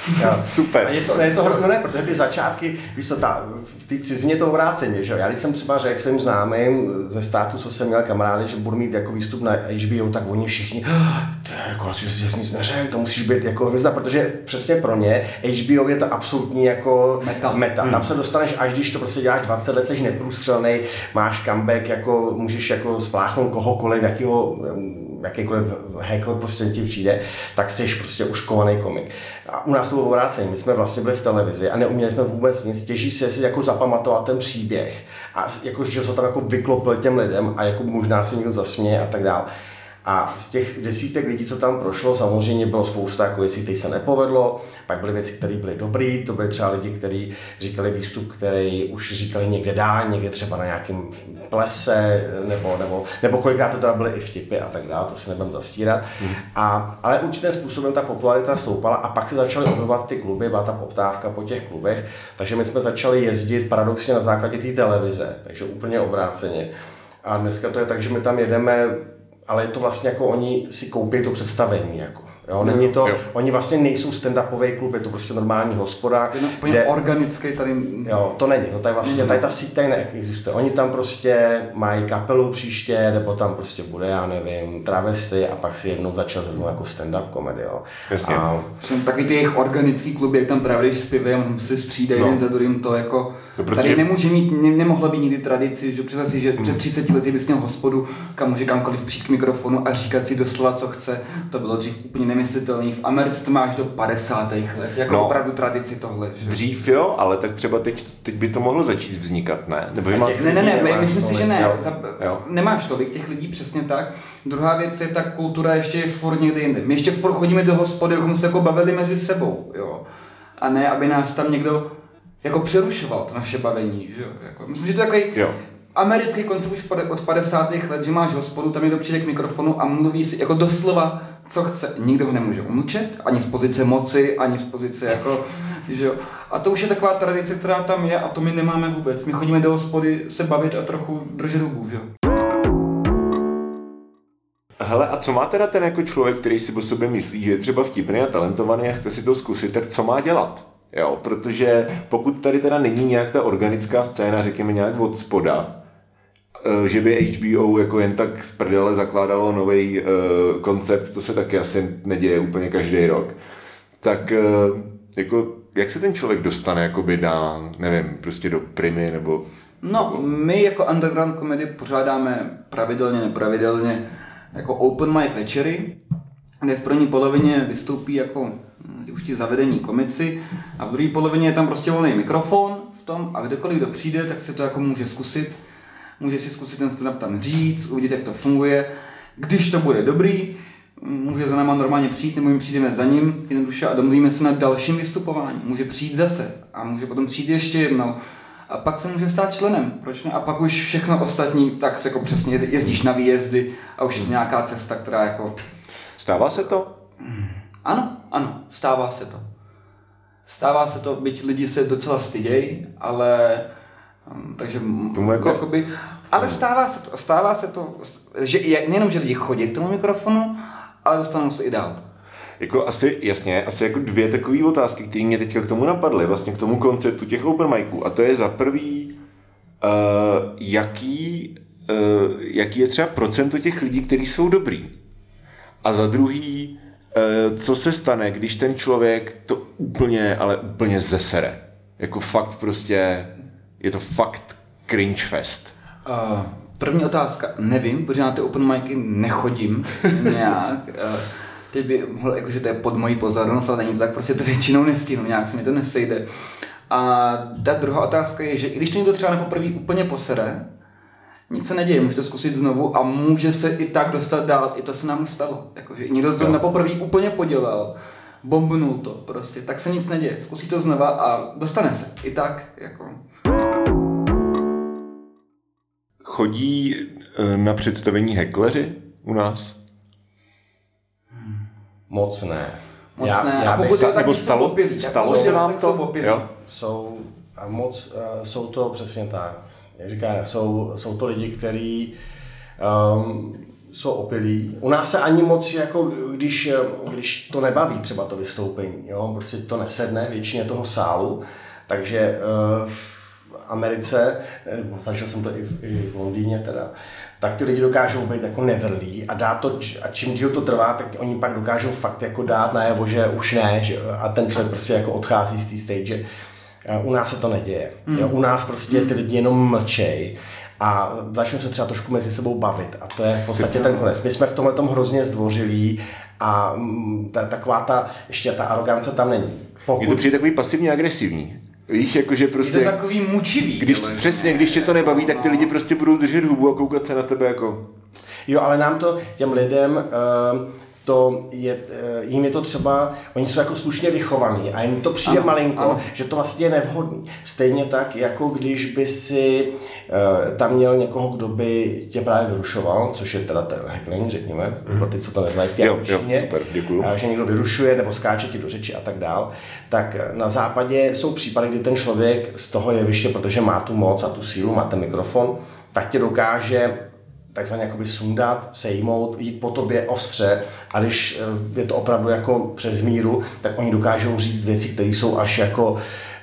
a super. A je to, ne, je to no ne, protože ty začátky, víš co, ta, v té cizině to obráceně, že jo. Já když jsem třeba řekl svým známým ze státu, co jsem měl kamarády, že budu mít jako výstup na H B O, tak oni všichni, to je jako, že jsi nic neřekl, to musíš být jako hvězda, protože přesně pro ně H B O je to absolutní jako meta. meta. Hmm. Tam se dostaneš, až když to prostě děláš dvacet let, jsi neprůstřelnej, máš comeback, jako můžeš jako spláchnout kohokoliv, jakýho, jakýkoliv hackle prostě ti přijde, tak jsi prostě uškovaný komik. A u nás to bylo obrácení, my jsme vlastně byli v televizi a neuměli jsme vůbec nic, těží se si jako zapamatovat ten příběh a jako, že se tam jako vyklopil těm lidem a jako možná si někdo zasměje a tak dále. A z těch desítek lidí, co tam prošlo, samozřejmě bylo spousta jako věcí, které se nepovedlo, pak byly věci, které byly dobrý, to byly třeba lidi, kteří říkali výstup, který už říkali někde dál, někde třeba na nějakém plese, nebo, nebo, nebo kolikrát to teda byly i vtipy a tak dále, to si nebudem zastírat. Hmm. A, ale určitým způsobem ta popularita stoupala a pak se začaly objevovat ty kluby, byla ta poptávka po těch klubech, takže my jsme začali jezdit paradoxně na základě té televize, takže úplně obráceně. A dneska to je tak, že my tam jedeme, ale je to vlastně jako oni si koupí to představení, jako. Jo, není to, jo. Oni vlastně nejsou stand-upový klub, je to prostě normální hospoda. Je úplně organický tady. Jo, to není, to tady vlastně, tady ta síť tady neexistuje. Oni tam prostě mají kapelu příště, nebo tam prostě bude, já nevím, travesty a pak si jednou začal vezmu jako stand-up komedy, jo. Jasně. A taky ty jejich organický kluby, jak tam právě s pivem se střídají no. jeden za druhým, to jako, to protože... tady nemůže mít, ne, nemohla být nikdy tradici, že představ si, že před třiceti lety bys měl hospodu, kam může kamkoliv přijít k mikrofonu a říkat si doslova, co chce, to bylo dřív úplně nemyslitelný. V Americe to máš do padesátých let, jako no, opravdu tradici tohle. Že? Dřív jo, ale tak třeba teď, teď by to mohlo začít vznikat, ne? Nebo má... Ne, ne, ne, myslím si, že ne. Jo. Za... Jo. Nemáš tolik těch lidí, přesně tak. Druhá věc je, ta kultura ještě je furt někde jinde. My ještě furt chodíme do hospody, abychom se jako bavili mezi sebou, jo. A ne, aby nás tam někdo jako přerušoval to naše bavení, že jo. Jako, myslím, že to je takový americký koncept už od padesátých let, že máš hospodu, tam někdo přijde k mikrofonu a mluví si jako doslova, co chce. Nikdo ho nemůže umlčet, ani z pozice moci, ani z pozice jako, že jo. A to už je taková tradice, která tam je a to my nemáme vůbec. My chodíme do hospody se bavit a trochu držet hubu, že jo. Hele, a co má teda ten jako člověk, který si o sobě myslí, že je třeba vtipný a talentovaný a chce si to zkusit, tak co má dělat? Jo, protože pokud tady teda není nějak ta organická scéna, řekněme nějak od spoda, že by H B O jako jen tak z prdele zakládalo nový uh, koncept, to se taky asi neděje úplně každý rok, tak uh, jako, jak se ten člověk dostane jakoby na, nevím, prostě do Primy nebo... No, my jako underground komedy pořádáme pravidelně, nepravidelně jako open mic večery, kde v první polovině vystoupí jako už ti zavedení komici a v druhé polovině je tam prostě volný mikrofon v tom a kdekoliv kdo přijde, tak si to jako může zkusit. Může si zkusit ten stand-up tam říct, uvidět, jak to funguje. Když to bude dobrý, může za náma normálně přijít, nebo my přijdeme za ním jednoduše a domluvíme se na dalším vystupování. Může přijít zase a může potom přijít ještě jednou. A pak se může stát členem, proč ne? A pak už všechno ostatní, tak se jako přesně jezdíš na výjezdy a už je nějaká cesta, která jako... Stává se to? Ano, ano, stává se to. Stává se to, byť lidi se docela stydějí, ale... Takže tomu jako... jakoby, ale stává se to, stává se to, že nejenom, že lidi chodí k tomu mikrofonu, ale dostanou se i dál. jako asi, jasně, asi jako dvě takové otázky, které mě teďka k tomu napadly, vlastně k tomu konceptu těch open miců. A to je za prvý, uh, jaký, uh, jaký je třeba procento těch lidí, kteří jsou dobrý. A za druhý, uh, co se stane, když ten člověk to úplně, ale úplně zesere. Jako fakt prostě, je to fakt cringe fest. Uh, první otázka, nevím, protože na ty open micy nechodím nějak. Uh, teď by mohl, jakože to je pod mojí pozornost, ale není to tak, prostě to většinou nestínu, nějak se mi to nesejde. A ta druhá otázka je, že i když to někdo třeba na poprvé úplně posere, nic se neděje, může to zkusit znovu a může se i tak dostat dál, i to se nám stalo. Jakože někdo to na poprvé úplně podělal, bombnul to prostě, tak se nic neděje, zkusí to znova a dostane se, i tak, jako... Chodí na představení heckleři u nás? Moc ne. Moc já, ne. Já a pokud bych, to tak nebo stalo, opilí, stalo jsou, se vám to? Opilí. Jo? Jsou, a moc, uh, jsou to přesně tak. Jak říká, jsou, jsou to lidi, kteří um, jsou opilí. U nás se ani moc, jako když, když to nebaví třeba to vystoupení, jo? Prostě to nesedne většině toho sálu, takže uh, v Americe, nebo zažil jsem to i v, i v Londýně teda, tak ty lidi dokážou být jako nevrlí a dát to, a čím díl to trvá, tak oni pak dokážou fakt jako dát najevo, že už ne, že, a ten člověk prostě jako odchází z té stage. U nás se to neděje. Mm. Jo, u nás prostě ty lidi jenom mlčej a začnou se třeba trošku mezi sebou bavit a to je v podstatě ten konec. My jsme v tomhletom hrozně zdvořilí a ta, taková ta, ještě ta arogance tam není. Pokud... Je to přijde takový pasivně agresivní. Víš, jakože prostě... Je to takový mučivý. Když, ale... Přesně, když tě to nebaví, tak ty lidi prostě budou držet hubu a koukat se na tebe jako... Jo, ale nám to, těm lidem, uh, to je, uh, jim je to třeba, oni jsou jako slušně vychovaní a jim to přijde ano, malinko, ano. Že to vlastně je nevhodný. Stejně tak, jako když by si uh, tam měl někoho, kdo by tě právě vyrušoval, což je teda ten heckling, řekněme, mm. pro ty, co to neznají v té angličtině, že někdo vyrušuje nebo skáče ti do řeči a tak dál, tak na západě jsou případy, kdy ten člověk z toho jeviště, protože má tu moc a tu sílu, má ten mikrofon, tak tě dokáže takzvaně jakoby sundat, sejmout, jít po tobě ostře a když je to opravdu jako přes míru, tak oni dokážou říct věci, které jsou až jako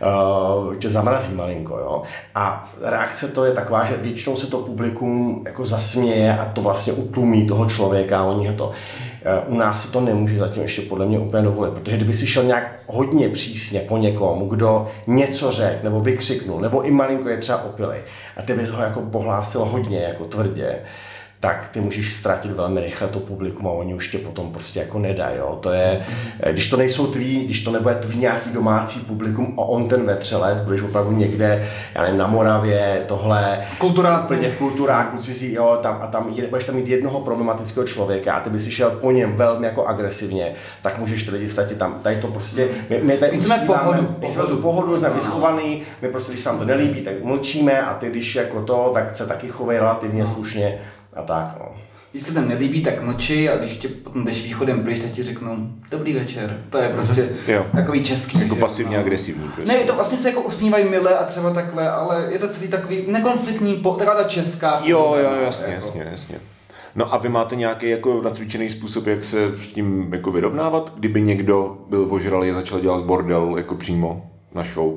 uh, tě zamrazí malinko, jo. A reakce to je taková, že většinou se to publikum jako zasměje a to vlastně utlumí toho člověka, oni to. Uh, u nás se to nemůže zatím ještě podle mě úplně dovolit, protože kdyby si šel nějak hodně přísně po někomu, kdo něco řekl nebo vykřiknul, nebo i malinko je třeba opilej a ty bys ho jako pohlásil hodně, jako tvrdě, tak ty můžeš ztratit velmi rychle to publikum a oni už tě potom prostě jako nedají, jo. To je, když to nejsou tví, když to nebude tvý nějaký domácí publikum a on ten vetřelec, budeš opravdu někde, já nevím, na Moravě, tohle, v kulturáku, úplně v kulturáku, cizí, jo, tam, a tam budeš tam mít jednoho problematického člověka a ty by si šel po něm velmi jako agresivně, tak můžeš ty lidi ztratit tam. Tady to prostě, my, my tady jsme pohodu, my jsme tu pohodu, jsme vyschovaný, my prostě, když se nám to nelíbí, tak mlčíme a ty, když jako to, tak se taky chovají relativně slušně. A tak, no. Když se tam nelíbí, tak mlčí a když tě potom jdeš východem pryč, tak ti řeknou dobrý večer. To je prostě takový český. Jako že? pasivně no. agresivní. Prostě. Ne, to vlastně se jako usmívají milé a třeba takhle, ale je to celý takový nekonfliktní, taková ta česká. Jo, jo, jasně, jako. jasně, jasně. No a vy máte nějaký jako nacvičený způsob, jak se s tím jako vyrovnávat, kdyby někdo byl ožralý a začal dělat bordel jako přímo na show?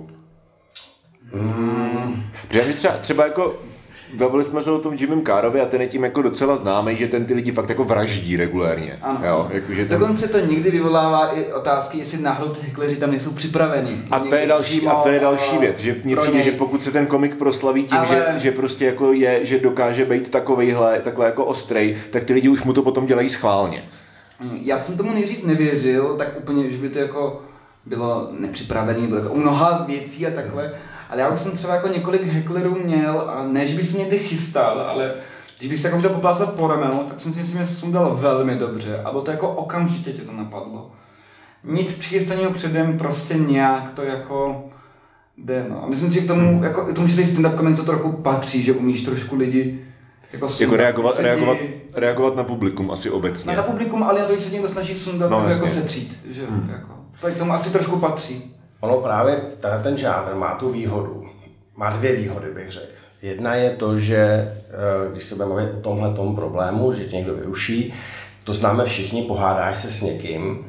Mm. Protože třeba, třeba jako bavili jsme se o tom Jimem Carrovi a ten je tím jako docela známý, že ten ty lidi fakt jako vraždí regulérně. Ano. Jo, jako, že ten... Dokonce to někdy vyvolává i otázky, jestli náhodou ty heckleři tam nejsou připraveni. A to je další, a to je další věc, že mně přijde, že pokud se ten komik proslaví tím, ale... že, že prostě jako je, že dokáže být takovejhle, takhle jako ostrej, tak ty lidi už mu to potom dělají schválně. Já jsem tomu nejdřív nevěřil, tak úplně, že by to jako bylo nepřipravený, bylo jako u mnoha věcí a takhle. Hmm. Ale já už jsem třeba jako několik hecklerů měl a ne, že bych se někdy chystal, ale když bych se jako chtěl poplácat po ramenu, tak jsem si myslím, že sundal velmi dobře a bylo to jako okamžitě tě to napadlo. Nic přichystaného předem, prostě nějak to jako jde, no. A myslím si, že k tomu, jako, k tomu, že se stand-up comedy to trochu patří, že umíš trošku lidi jako sundat. Jako reagovat, reagovat, reagovat na publikum asi obecně. Na, na publikum, ale na to, když se někdo snaží sundat, no, tak jako setřít, že hmm. jako. To k tomu asi trošku patří. Ono právě ten žánr má tu výhodu, má dvě výhody, bych řekl. Jedna je to, že když se budeme mluvit o tomhletom problému, že tě někdo vyruší, to známe všichni, pohádáš se s někým,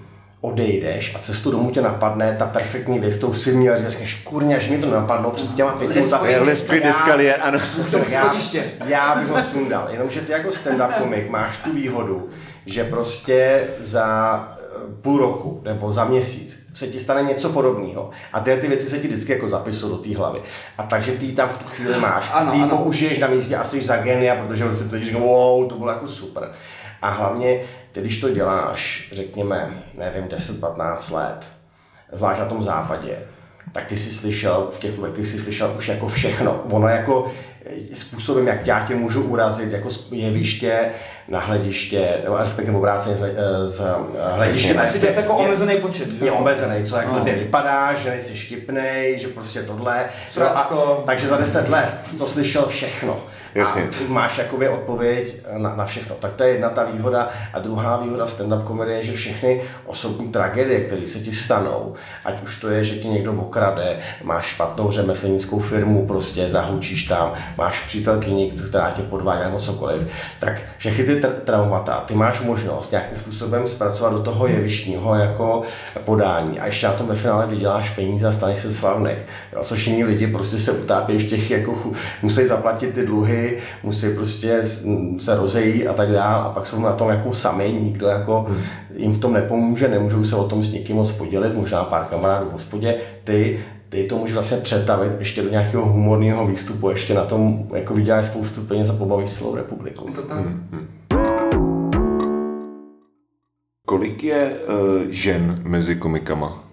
odejdeš a cestu domů tě napadne ta perfektní věc, tou si měl, že řekneš, kurňa, že mi to napadlo před těma pěti minutami. Lespy deskalier, ano. Já, já bych ho sundal, jenomže ty jako stand-up komik máš tu výhodu, že prostě za půl roku nebo za měsíc se ti stane něco podobného a ty, ty věci se ti vždycky jako zapisují do té hlavy. A takže ty tam v tu chvíli máš, ano, ty ji ano. použiješ na místě a jsi za genia, protože si to říkáš, wow, to bylo jako super. A hlavně, ty když to děláš, řekněme, nevím, deset patnáct let, zvlášť na tom západě, tak ty jsi slyšel, v těch letech jsi slyšel už jako všechno. Ono jako způsobem, jak já tě můžu urazit, jako z jeviště na hlediště, nebo respektive obráceně z, z hlediště. Asi to je jako omezený počet, že? Je omezený, co jako no. Nevypadá, že nejsi štipnej, že prostě tohle. No a, takže za deset let jsi to slyšel všechno. Jasně. A máš jakoby odpověď na, na všechno. Tak to je jedna ta výhoda. A druhá výhoda stand-up komedie je, že všechny osobní tragédie, které se ti stanou, ať už to je, že ti někdo okrade, máš špatnou řemeslnickou firmu, prostě zahučíš tam, máš přítelkyni, která tě podvádí nebo cokoliv, tak všechny ty tra- traumata, ty máš možnost nějakým způsobem zpracovat do toho jevištního jako podání a ještě na tom ve finále vyděláš peníze a staneš se slavnej. Jo, což jiní lidi prostě se utápějí v těch, jako musí zaplatit ty dluhy, musí prostě se rozejít a tak dál a pak jsou na tom jako sami, nikdo jako hmm. jim v tom nepomůže, nemůžou se o tom s někým moc podělit, možná pár kamarádů v hospodě, ty, ty to můžeš vlastně přetavit ještě do nějakého humorného výstupu, ještě na tom jako vyděláš spoustu peněz a pobavíš celou republiku. To tak. Hmm. Hmm. Kolik je uh, žen mezi komikama?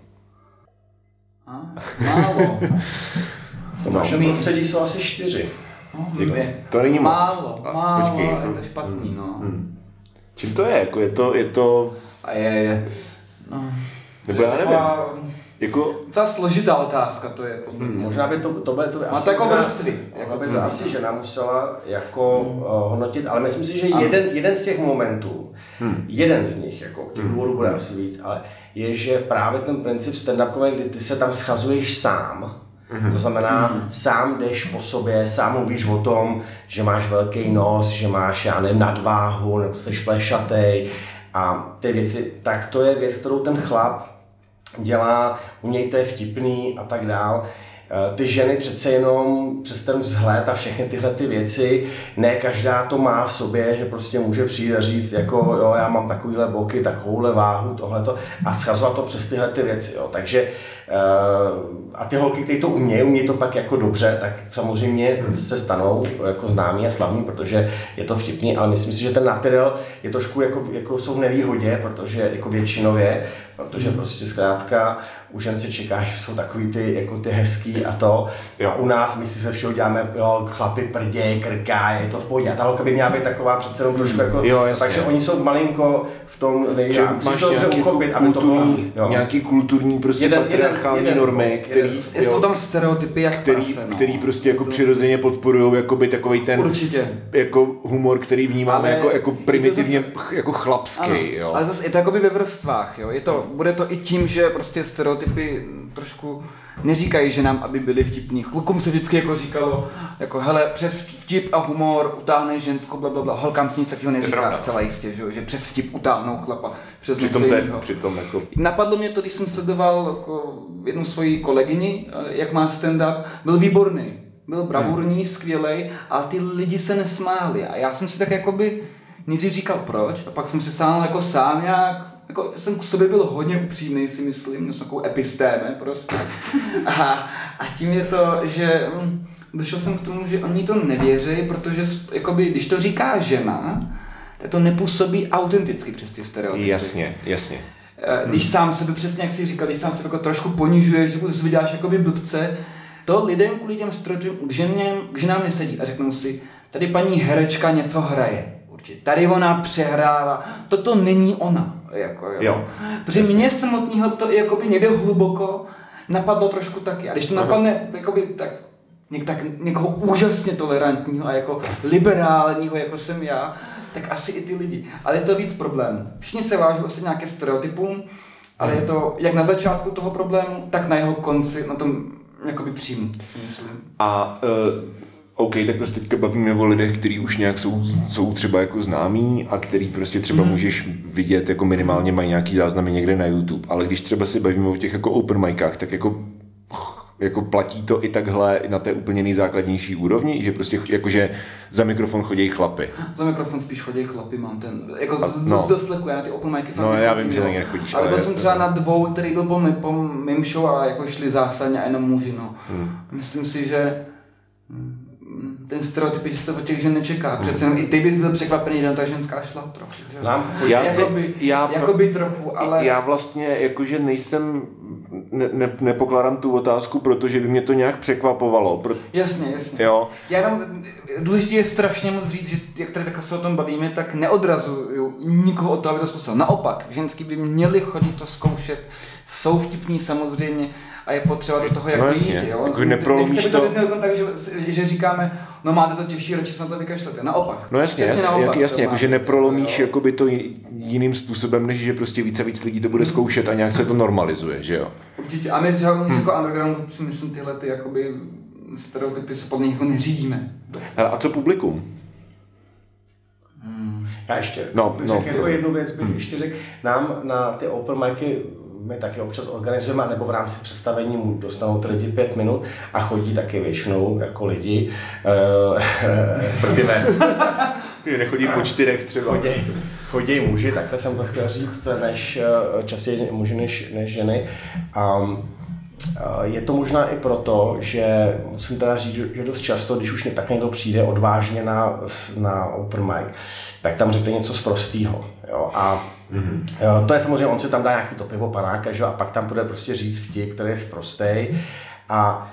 A, málo. V tom našem prostředí jsou asi čtyři. No, je, to není málo, moc. Málo, Počkej, málo, jako, je to špatný, no. Hmm. Čím to je? Jako je to, je to... A je, je. No. Nebo já nevím. Jako... Docela složitá otázka to je. Hmm, možná by to, to by to by má asi... to jako vrstvy. Jako by to asi žena musela jako hmm. uh, hodnotit, ale myslím si, že jeden, jeden z těch momentů, hmm. jeden z nich, jako těch důvodů bude asi víc, ale je, že právě ten princip stand-up comedy, kdy ty se tam schazuješ sám, to znamená, mm. sám jdeš po sobě, sám mluvíš o tom, že máš velký nos, že máš, já nevím, nadváhu, nebo jsi plešatej a ty věci, tak to je věc, kterou ten chlap dělá, u něj to je vtipný a tak dál. Ty ženy přece jenom přes ten vzhled a všechny tyhle ty věci, ne každá to má v sobě, že prostě může přijít a říct, jako jo, já mám takovýhle boky, takovouhle váhu, tohleto a schazovat to přes tyhle ty věci, jo. Takže a ty holky, které to umějí, umějí to pak jako dobře, tak samozřejmě se stanou jako známí a slavní, protože je to vtipný, ale myslím si, že ten materiál je trošku jako, jako jsou v nevýhodě, protože jako většinově, protože prostě zkrátka u žen se čeká, že jsou takový ty, jako ty hezký a to. A u nás my si se všeho děláme, jo, chlapi prděj, krká, je to v pohodě. A ta holka by měla být taková přece jenom trošku jako, jo, takže oni jsou malinko v tom, nejde, musíš to dobře uchopit, aby to bylo, jo. Nějaký kulturní prostě jeden, patriarchální jeden, normy, jeden, který, jeden, jsou tam stereotypy jak který, prase, no. který prostě jako to... přirozeně podporujou jakoby takovej ten určitě. Jako humor, který vnímáme ale jako, jako primitivně zase, jako chlapský, ano, jo. Ale zase je to jakoby ve vrstvách, jo. Je to, bude to i tím, že prostě stereotypy trošku neříkají ženám, aby byly vtipní. Klukům se vždycky jako říkalo, jako hele, přes vtip a humor utáhne ženskou, blablabla. Holkám se nic takového neříká zcela jistě, že, že přes vtip utáhnou chlapa. Přes přitom to je, přitom jako... Napadlo mě to, když jsem sledoval jako jednu svoji kolegyni, jak má stand-up, byl výborný. Byl bravurní, skvělej, ale ty lidi se nesmáli. A já jsem si tak jakoby nejdřív říkal proč, a pak jsem si sám jako sám nějak jako jsem k sobě byl hodně upřímný, si myslím, měl jsem takovou epistéme prostě. A, a tím je to, že hm, došel jsem k tomu, že oni to nevěří, protože jakoby, když to říká žena, tak to nepůsobí autenticky přes ty stereotypy. Jasně, jasně. Když hmm. sám sebe, přesně jak jsi říkal, když sám sebe jako trošku ponižuješ, když se vydáš jakoby blbce, to lidem kvůli těm stereotypům k, ženě, k ženám nesedí a řeknou si, tady paní herečka něco hraje. Tady ona přehrává, toto není ona, jako, jo. Jo, protože jasně. Mě samotného to jakoby někde hluboko napadlo trošku taky. A když to napadne jakoby, tak, něk, tak někoho úžasně tolerantního a jako liberálního, jako jsem já, tak asi i ty lidi. Ale je to víc problém. Všichni se vážou asi nějaké stereotypům, ale je to jak na začátku toho problému, tak na jeho konci, na tom jakoby příjmu, si myslím. A uh... OK, tak to se teďka bavíme o lidech, kteří už nějak jsou, jsou třeba jako známí a který prostě třeba mm. můžeš vidět, jako minimálně mají nějaký záznamy někde na YouTube, ale když třeba si bavíme o těch jako open micách, tak jako jako platí to i takhle na té úplně nejzákladnější úrovni, že prostě jakože za mikrofon chodí chlapy. Za mikrofon spíš chodí chlapy, mám ten, jako a, z, no. z doslechu, já na ty open micy fakt No nechodím, já vím, že jo. na ně nechodíš. Ale byl ale jsem třeba na dvou, který byl po, mým, po mým show a jako šli zásadně a jenom muži, no. Hmm. Myslím si, že ten stereotyp, že se to od těch žen nečeká. Přece hmm. i ty bys byl překvapený, že ta ženská šla trochu. Že? Nám, já jakoby, já, jakoby trochu, ale... Já vlastně jakože nejsem, ne, ne, nepokládám tu otázku, protože by mě to nějak překvapovalo. Pro... Jasně, jasně. Jo. Já jenom, důležité je strašně moc říct, že jak tady tak se o tom bavíme, tak neodrazuju nikoho od toho, aby to zkusil. Naopak, ženský by měli chodit to zkoušet, jsou vtipní samozřejmě a je potřeba do toho jak no jít, jo. Jako neprolomíš to... Nechce by to tak, že, že říkáme, no máte to těžší, radši se na to vykašlete. Naopak. No jasně, Přesně naopak, jak, jasně, jakože neprolomíš jo. jakoby to jiným způsobem, než že prostě více a víc lidí to bude zkoušet a nějak se to normalizuje, že jo. Určitě. A my třeba hmm. jako undergroundu si myslím tyhle ty jakoby stereotypy se podle někoho neřídíme. Hele, a co publikum? Hmm. Já ještě no, bych no, řekl jako jednu věc, bych hmm. ještě řekl, nám na ty open micy my taky občas organizujeme, nebo v rámci představení mu dostanou ty lidi pět minut a chodí taky většinou jako lidi, respektive nechodí po čtyřech třeba. Chodí, chodí muži, takhle jsem to chtěl říct, než častěji muži než, než ženy. A je to možná i proto, že musím teda říct, že dost často, když už tak někdo přijde odvážně na, na open mic, tak tam řekne něco sprostýho. Jo? A mm-hmm. to je samozřejmě, on si tam dá nějaký to pivo panáka, že? A pak tam bude prostě říct vtip, který je sprostej. A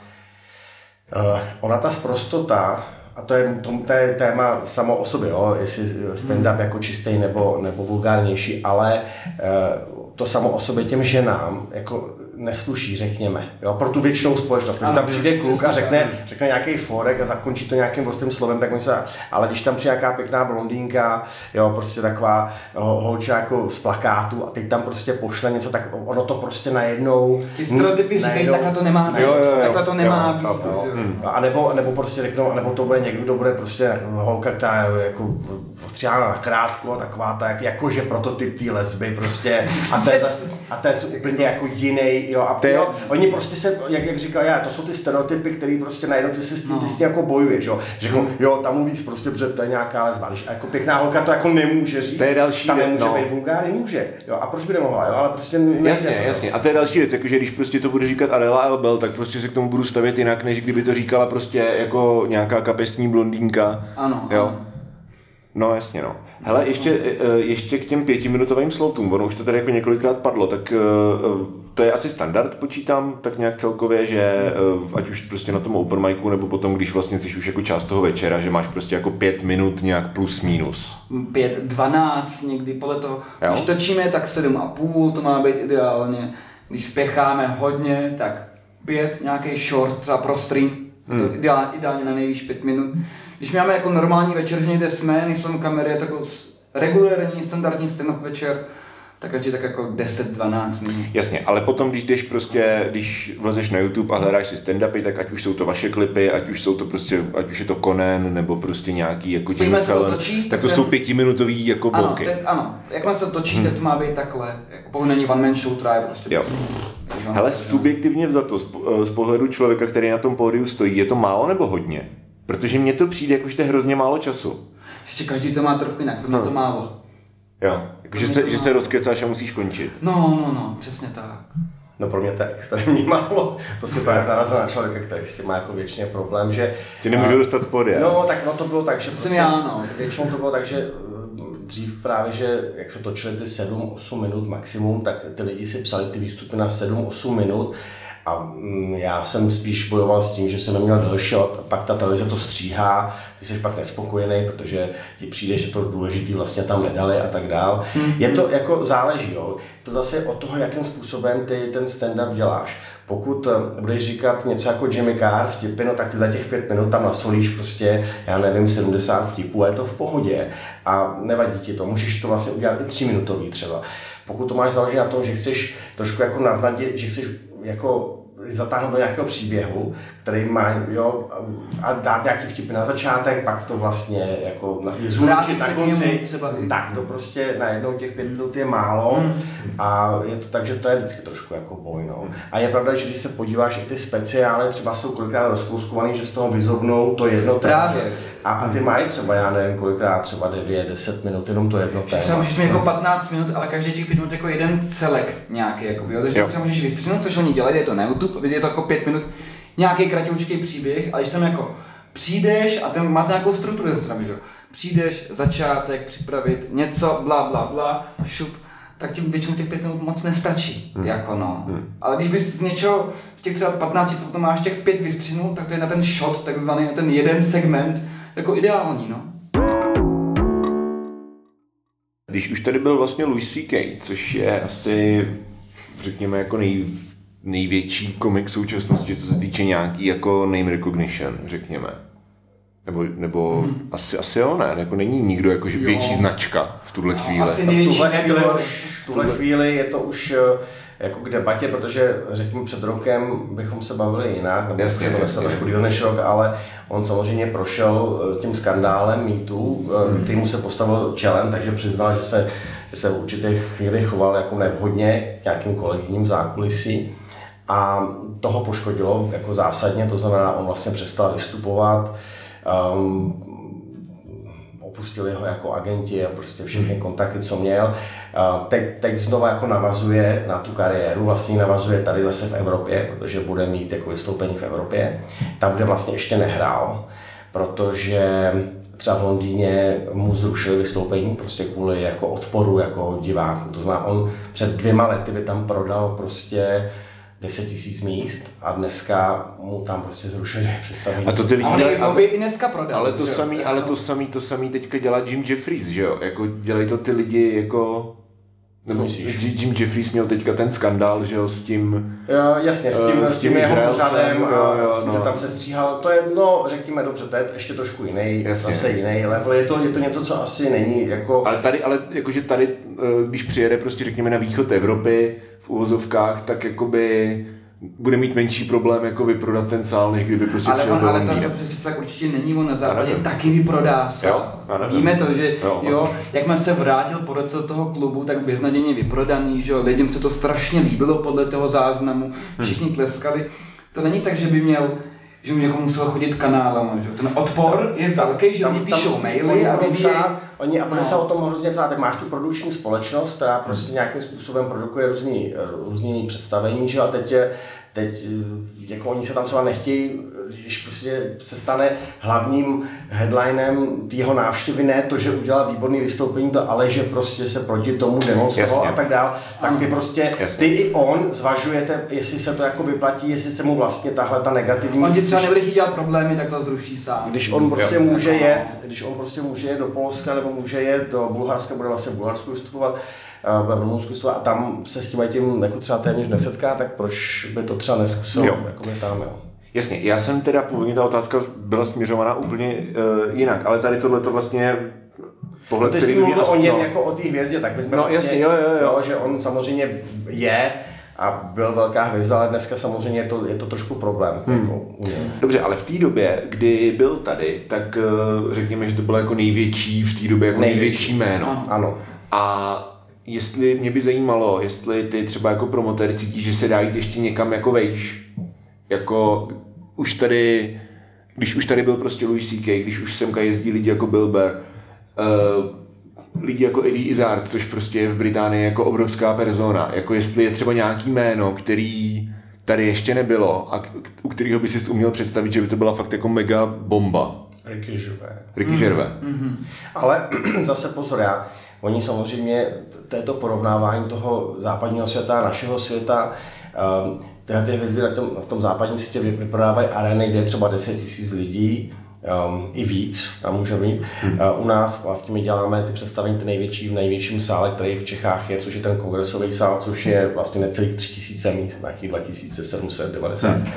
uh, ona ta sprostota, a to je, to, to je téma samo o sobě, jo? Jestli stand-up mm. jako čistý nebo, nebo vulgárnější, ale uh, to samo o sobě těm ženám jako nesluší, řekněme, jo, pro tu většinou společnost. Když tam přijde kluk a řekne, řekne nějaký forek a zakončí to nějakým ostrým slovem, tak oni se, ale když tam přijde nějaká pěkná blondýnka, jo, prostě taková holča jako z plakátu a teď tam prostě pošle něco, tak ono to prostě najednou... Ty stereotypy říkají, takhle to nemá být, takhle to nemá být. A nebo, nebo prostě řeknou, nebo to bude někdo, kdo bude prostě holka, která je jako ostříhána na krátko, taková ta, jakože prototyp té lesby prostě a to je, zase, a to je úplně jako jiný. Jo, a jo, oni prostě se, jak, jak říkal já, to jsou ty stereotypy, které prostě najednou ty si s tím, no. ty s tím jako bojuješ, jo. Řeknou, jo, tam mluví prostě, protože to je nějaká lesba, když jako pěkná holka to jako nemůže říct, to je další tam věc, nemůže no. být vulgární, může, jo, a proč by nemohla, jo, ale prostě nejde. Jasně, to, jasně, a to je další věc, jakože když prostě to bude říkat Adela Elbel, tak prostě se k tomu budu stavět jinak, než kdyby to říkala prostě jako nějaká kapesní blondýnka, ano, jo. Ano. No jasně, no. Hele, ještě, ještě k těm pětiminutovým slotům, ono už to tady jako několikrát padlo, tak to je asi standard, počítám, tak nějak celkově, že ať už prostě na tom open micu, nebo potom, když vlastně jsi už jako část toho večera, že máš prostě jako pět minut nějak plus minus. Pět, dvanáct někdy, podle toho, jo? Když točíme, tak sedm a půl, to má být ideálně, když spěcháme hodně, tak pět, nějaký short, třeba pro stream, hmm. to ideálně, ideálně na nejvýš pět minut. Když máme jako normální večer, že někde jsme, nejsou kamery, je to jako regulérní, standardní stand-up večer, tak ať je tak jako deset dvanáct minut. Jasně, ale potom, když jdeš prostě, když vlezeš na YouTube a hledáš si stand-upy, tak ať už jsou to vaše klipy, ať už jsou to prostě, ať už je to Conan, nebo prostě nějaký jako Jimmy Fallon, tak to ten... jsou pětiminutový jako bloky. Ano, ano, jakmile se to točí, hmm. to má být takhle, jako pokud není one man show, která je prostě... Jo. Hele, subjektivně vzato, z pohledu člověka, který na tom pódiu stojí, je to málo nebo hodně? Protože mně to přijde, jako že to je hrozně málo času. Ještě každý to má trochu jinak, pro mě to málo. Jo, jako že se, že se rozkecáš a musíš končit. No, no, no, přesně tak. No pro mě to je extrémně málo. To si právě narazil na člověka, který s tím má jako většině problém, že... Tě nemůžu a, dostat z pódia. No, tak no to bylo tak, že... To jsem já, no. Většinou to bylo tak, že dřív právě, že jak se točily ty sedm osm minut maximum, tak ty lidi si psali ty výstupy na sedm osm minut. A já jsem spíš bojoval s tím, že jsem neměl delší, a pak ta televize to stříhá, ty jsi pak nespokojený, protože ti přijde, že to důležitý vlastně tam nedali a tak dál. Mm-hmm. Je to jako záleží, jo. To zase od toho, jakým způsobem ty ten stand-up děláš. Pokud budeš říkat něco jako Jimmy Carr vtipy, no tak ty za těch pět minut tam nasolíš prostě, já nevím, sedmdesát vtipů a je to v pohodě a nevadí ti to, můžeš to vlastně udělat i tříminutový třeba. Pokud to máš založené na tom, že chceš trošku jako navnadit, že chceš jako zatáhnout do nějakého příběhu, který má, jo, a dát nějaký vtipy na začátek, pak to vlastně jako je zúročit na konci, třeba tak to prostě najednou těch pět minut je málo hmm. a je to tak, že to je vždycky trošku jako boj, no. A je pravda, že když se podíváš, i ty speciály třeba jsou kolikrát rozkouskovaný, že z toho vyzobnou to jedno téma. A, a ty mají třeba, já nevím, kolikrát třeba devět deset minut, jenom to jedno téma. Třeba můžeš mít jako patnáct minut, ale každý těch pět minut jako jeden celek nějaký, jakoby, jo? Takže třeba můžeš vystřihnout, což oni dělají, je to na YouTube, je to jako pět minut, nějaký kratěučký příběh, ale když tam jako přijdeš a ten máte nějakou strukturu, že jo? Přijdeš, začátek, připravit něco, bla bla bla, šup, tak tím většinou těch pět minut moc nestačí, hmm. jako no. Hmm. Ale když bys z něčeho, z těch třeba patnáct, co to máš, těch pět vystřihnul, tak to je na ten shot, takzvaný, na ten jeden segment, jako ideální, no. Když už tady byl vlastně Louis C K, což je asi, řekněme, jako nej, největší komik současnosti, co se týče nějaký jako name recognition, řekněme. Nebo, nebo hmm. asi, asi jo, ne, jako není nikdo jako že větší značka v tuhle chvíli. Asi největší, v tuhle chvíli, v tuhle chvíli je to už jako k debatě, protože řekněme před rokem bychom se bavili jinak, nebo jasně, to nesl trošku díl než rok, ale on samozřejmě prošel tím skandálem mýtu, hmm. kterýmu se postavil čelem, takže přiznal, že se, že se v určitých chvíli choval jako nevhodně nějakým kolegyním zákulisí a toho poškodilo jako zásadně, to znamená, on vlastně přestal vystupovat, um, opustili ho jako agenti a prostě všechny kontakty, co měl. Teď, teď znova jako navazuje na tu kariéru, vlastně navazuje tady zase v Evropě, protože bude mít jako vystoupení v Evropě, tam, kde vlastně ještě nehrál, protože třeba v Londýně mu zrušili vystoupení prostě kvůli jako odporu jako diváků. To znamená, on před dvěma lety by tam prodal prostě deset tisíc míst a dneska mu tam prostě zrušili představení. A to ty lidi dělají, ale, i dneska prodal. Ale to samý, ale to samý, to samý teďka dělá Jim Jeffries, že jo? Jako dělají to ty lidi jako nebo Jim Jeffries měl teďka ten skandál, že jo, s tím... Jo, jasně, s tím, uh, s tím, tím jeho pořadem a jo, s tím, no. že tam se stříhal. To je, no, řekněme dobře, to je ještě trošku jiný, jasně. zase jiný level. Je to, je to něco, co asi není jako... Ale tady, ale jakože tady, když přijede prostě řekněme na východ Evropy v uvozovkách, tak jakoby bude mít menší problém jako vyprodat ten sál, než kdyby prostě ale přijel on, do ale Londýna. to, to přece tak určitě není, on na západě taky vyprodá sál. Víme to, že jo. jo, jakmile se vrátil po roce do toho klubu, tak beznadějně vyprodaný, že jo, lidem se to strašně líbilo podle toho záznamu, všichni tleskali. To není tak, že by měl že mu někomu musel chodit kanálama, že? Ten odpor je velký, že oni píšou maily a vyvíjejí. Oni, a bude no. se o tom hrozně ptát, tak máš tu produkční společnost, která prostě nějakým způsobem produkuje různý, různý představení, že? A teď, teď jako oni se tam třeba nechtějí, když prostě se stane hlavním headlinem jeho návštěvy, ne to, že udělá výborný vystoupení, to, ale že prostě se proti tomu demonstroval a tak dál, tak ty prostě, Jasně. ty i on zvažujete, jestli se to jako vyplatí, jestli se mu vlastně tahle ta negativní... On ti třeba nebude chtít dělat problémy, tak to zruší sám. Když on prostě jo. může jet, když on prostě může jet do Polska nebo může jet do Bulharska, bude vlastně v Bulharsku vystupovat, v Rumunsku vystupovat a tam se s tím tím jako třeba téměř nesetká, tak proč by to třeba neskusil jako tam, jo. Jasně, já jsem teda původně ta otázka byla směřovaná úplně uh, jinak, ale tady tohle to vlastně pohled, no, ty jsi mluvil o něm jako o té hvězdě, tak my jsme no, vlastně, jasně, jo, jo, jo. jo, že on samozřejmě je a byl velká hvězda, ale dneska samozřejmě je to, je to trošku problém. Hmm. Jako u něj. Dobře, ale v té době, kdy byl tady, tak uh, řekněme, že to bylo jako největší v té době jako největší, největší jméno. Ano. A jestli mě by zajímalo, jestli ty třeba jako promotér cítíš, že se dá jít ještě někam jako vejš, jako už tady, když už tady byl prostě Louis C K, když už semka jezdí lidi jako Bill Burr, uh, lidi jako Eddie Izzard, což prostě je v Británii jako obrovská persona, jako jestli je třeba nějaký jméno, který tady ještě nebylo a u kterého by si uměl představit, že by to byla fakt jako mega bomba. Ricky Gervais. Ricky Gervais. Mm-hmm. Ale zase pozor, já, oni samozřejmě, této porovnávání toho západního světa a našeho světa, um, tyhle ty hvězdy na tom, v tom západním světě vyprodávají arény, kde je třeba deset tisíc lidí, um, i víc, tam může být. Hmm. Uh, u nás vlastně my děláme ty představení ty největší v největším sále, který v Čechách je, což je ten kongresový sál, což je vlastně necelých tři tisíce míst, nějakých dva tisíce sedm set devadesát. Hmm.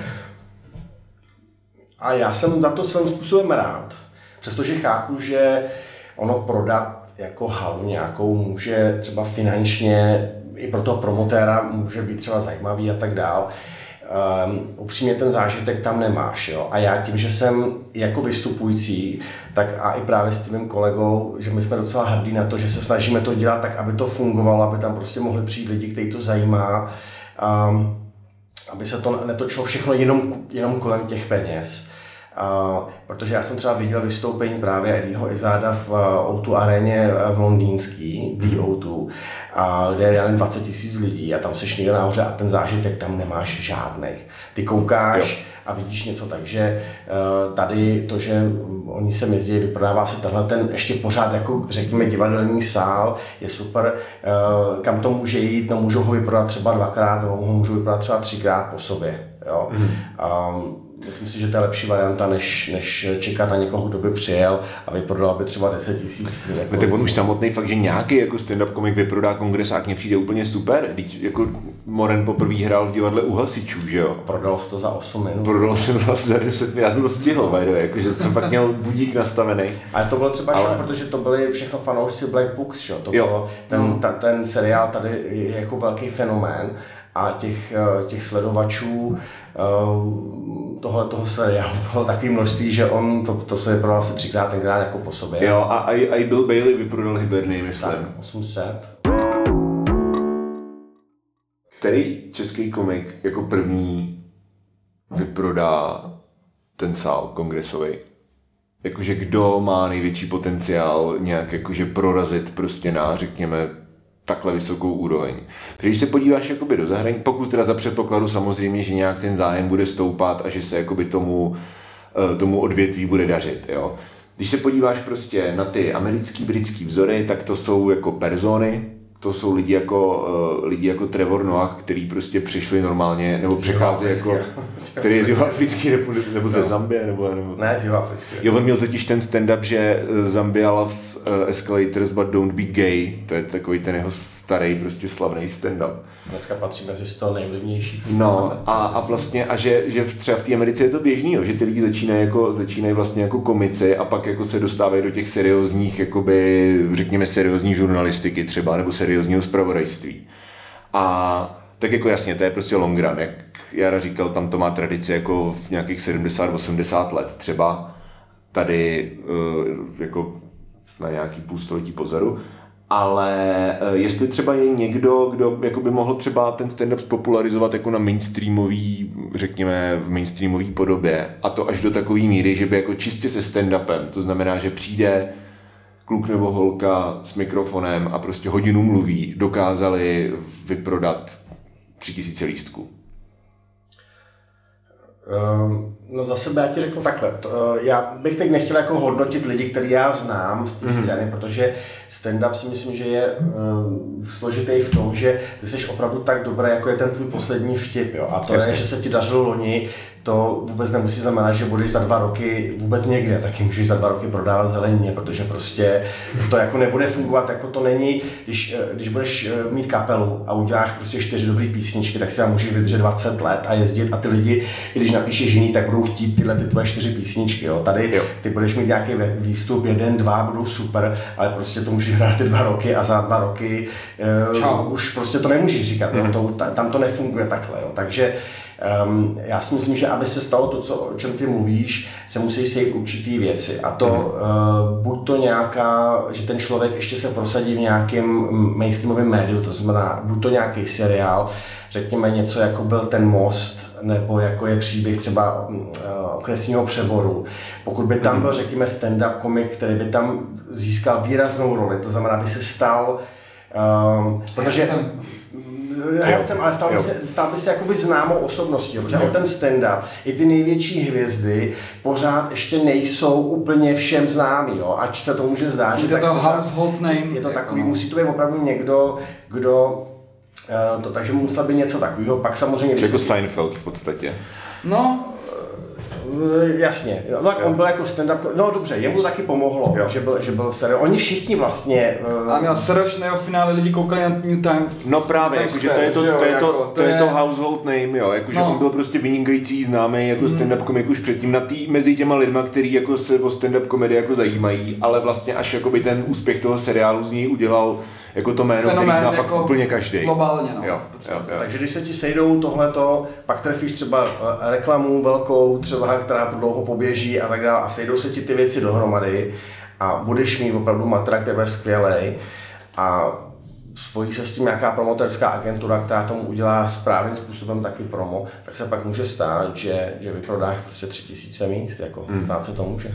A já jsem za to svým způsobem rád, přestože chápu, že ono prodat jako halu nějakou může třeba finančně i pro toho promotéra může být třeba zajímavý a tak dál. um, upřímně ten zážitek tam nemáš. Jo? A já tím, že jsem jako vystupující, tak a i právě s tím mým kolegou, že my jsme docela hrdí na to, že se snažíme to dělat tak, aby to fungovalo, aby tam prostě mohli přijít lidi, kteří to zajímá, um, aby se to netočilo všechno jenom, jenom kolem těch peněz. Uh, protože já jsem třeba viděl vystoupení právě Eddieho Izáda v uh, ó dva aréně v londýnský, D O dva, uh, kde je jen dvacet tisíc lidí a tam seš někde nahoře a ten zážitek tam nemáš žádnej. Ty koukáš jo. a vidíš něco, takže uh, tady to, že oni se jezdí, vyprodává se tenhle ten ještě pořád jako řekněme divadelní sál, je super, uh, kam to může jít, no můžou ho vyprodat třeba dvakrát, nebo ho můžou vyprodat třeba třikrát po sobě. Jo? Mm. Um, Myslím si, že to je lepší varianta, než, než čekat na někoho, kdo by přijel a vyprodal by třeba deset tisíc. Jako... No, tak on už samotný fakt, že nějaký jako stand-up komik vyprodá kongresák, mně přijde úplně super. Teď jako Moren poprvé hrál v divadle U Hasičů, že jo? Prodalo se to za osm minut. Prodalo se to za deset minut, já jsem to stihl, vajdo, jakože jsem fakt měl budík nastavený. Ale to bylo třeba ale... šok, protože to byli všechno fanoušci Black Books, že? To jo. Bylo, ten, mm. ta, ten seriál tady je jako velký fenomén. A těch, těch sledovačů tohle toho seriálu bylo takové množství, že on to, to se vyprodal asi třikrát tenkrát jako po sobě. Jo, a i Bill Bailey vyprodal Hiberny, myslím. Tak, osm set. Který český komik jako první vyprodá ten sál kongresový? Jakože kdo má největší potenciál nějak jakože prorazit prostě na, řekněme, takhle vysokou úroveň. Protože když se podíváš jakoby do zahraničí, pokud teda za předpokladu samozřejmě, že nějak ten zájem bude stoupat a že se jakoby tomu, tomu odvětví bude dařit. Jo? Když se podíváš prostě na ty americký, britský vzory, tak to jsou jako persony, to jsou lidi jako, lidi jako Trevor Noah, který prostě přišli normálně, nebo přechází jako, který je z Jihoafrické republiky, nebo ze Zambie, nebo, nebo... Ne, z Jihoafrické. Jo, on měl totiž ten stand-up, že Zambia loves uh, escalators, but don't be gay. To je takový ten jeho starý, prostě slavný stand-up. Dneska patří mezi sto nejvlivnějších. No a, a vlastně, a že, že třeba v té Americe je to běžný, jo, že ty lidi začínají, jako, začínají vlastně jako komici a pak jako se dostávají do těch seriózních, jakoby, řekněme seriózní žurnalistiky třeba, nebo seriózního zpravodajství. A tak jako jasně, to je prostě long run, jak Jara říkal, tam to má tradici jako v nějakých sedmdesát osmdesát let třeba. Tady jako jsme nějaký půl století pozadu. Ale jestli třeba je někdo, kdo jako by mohl třeba ten stand-up popularizovat jako na mainstreamový, řekněme v mainstreamové podobě, a to až do takové míry, že by jako čistě se stand-upem, to znamená, že přijde kluk nebo holka s mikrofonem a prostě hodinu mluví, dokázali vyprodat tři tisíce lístků. Um, no za sebe já ti řeknu takhle, to, uh, já bych teď nechtěl jako hodnotit lidi, který já znám z té mm-hmm. scény, protože stand-up si myslím, že je uh, složitý v tom, že ty jsi opravdu tak dobrý, jako je ten tvůj poslední vtip, jo? A to Jasně. je, že se ti dařilo loni, to vůbec nemusí znamenat, že budeš za dva roky vůbec někde, taky můžeš za dva roky prodávat zelenině, protože prostě to jako nebude fungovat, jako to není, když, když budeš mít kapelu a uděláš prostě čtyři dobrý písničky, tak si tam můžeš vydržet dvacet let a jezdit a ty lidi, i když napíšeš jiný, tak budou chtít tyhle ty tvoje čtyři písničky, jo. Tady jo. Ty budeš mít nějaký výstup, jeden, dva, budou super, ale prostě to můžeš hrát ty dva roky a za dva roky uh, už prostě to nemůžeš říkat, mm. to, tam to nefunguje takhle, jo. Takže Um, já si myslím, že aby se stalo to, co, o čem ty mluvíš, se musí sejít určitý věci. A to mm. uh, buď to nějaká, že ten člověk ještě se prosadí v nějakém mainstreamovém médiu, to znamená buď to nějaký seriál, řekněme něco jako byl Ten most, nebo jako je příběh třeba uh, Okresního přeboru. Pokud by tam byl, řekněme, stand-up komik, který by tam získal výraznou roli, to znamená, by se stal, um, protože... hercem, ale stal by, se, stal by se jakoby známou osobností, protože on ten stand-up, i ty největší hvězdy pořád ještě nejsou úplně všem známí, jo, ač se to může zdát, že je to pořád, household name. Je to takový, musí to být opravdu někdo, kdo, uh, to, takže musel by něco takového, pak samozřejmě... Jako Seinfeld v podstatě. No, jasně, no, tak on byl jako stand-up, no dobře, jemu to taky pomohlo, jo. že byl, že byl v seriálu. Oni všichni vlastně... Uh... A měl strašného finále, lidi koukali na New Time. No právě, jakože to je to, to, je to, to, to, je to household name, jo, jakože no. on byl prostě vynikající, známý jako stand-up komik už předtím na tý, mezi těma lidma, který jako se o stand-up komedii jako zajímají, ale vlastně až jakoby ten úspěch toho seriálu z něj udělal jako to jméno, fenomén, který zná jako fakt úplně každý. Globálně, no. Jo, jo, jo. Takže když se ti sejdou tohleto, pak trefíš třeba reklamu velkou, třeba, která dlouho poběží a tak dále a sejdou se ti ty věci dohromady a budeš mít opravdu matra, který bude skvělej a spojí se s tím nějaká promotorská agentura, která tomu udělá správným způsobem taky promo, tak se pak může stát, že, že vyprodáš prostě tři tisíce míst, jako hmm. stát se to může.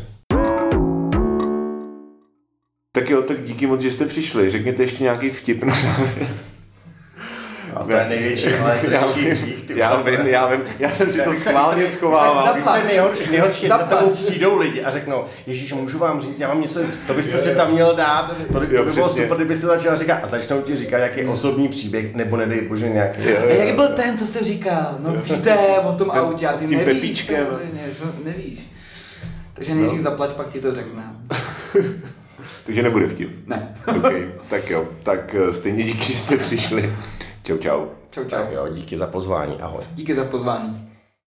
Tak jo, tak díky moc, že jste přišli. Řekněte ještě nějaký vtip na závěr. A to je největší, ale největší hřích. Já vím, já vím, já jsem si to schválně schovával. Když se nejhorší, nejhorší na tebou přijdou lidi a řeknou, Ježíš, můžu vám říct, já mám něco, to byste si tam měl dát, to, to by jo, bylo super, kdybyste začal říkat a začnou ti říkat, jaký je osobní příběh, nebo nedej bože nějaký. Jo, jo. Jak byl ten, co jste říkal? No víte, o tom ten, autě, a ty nevíš, pepíčkem. nevíš. Takže nejdřív no. zaplať, pak ti to řekne. Takže nebude vtip. Ne. Okay, tak jo, tak stejně díky, že jste přišli. Čau, čau. Čau, čau. Tak jo, díky za pozvání, ahoj. Díky za pozvání.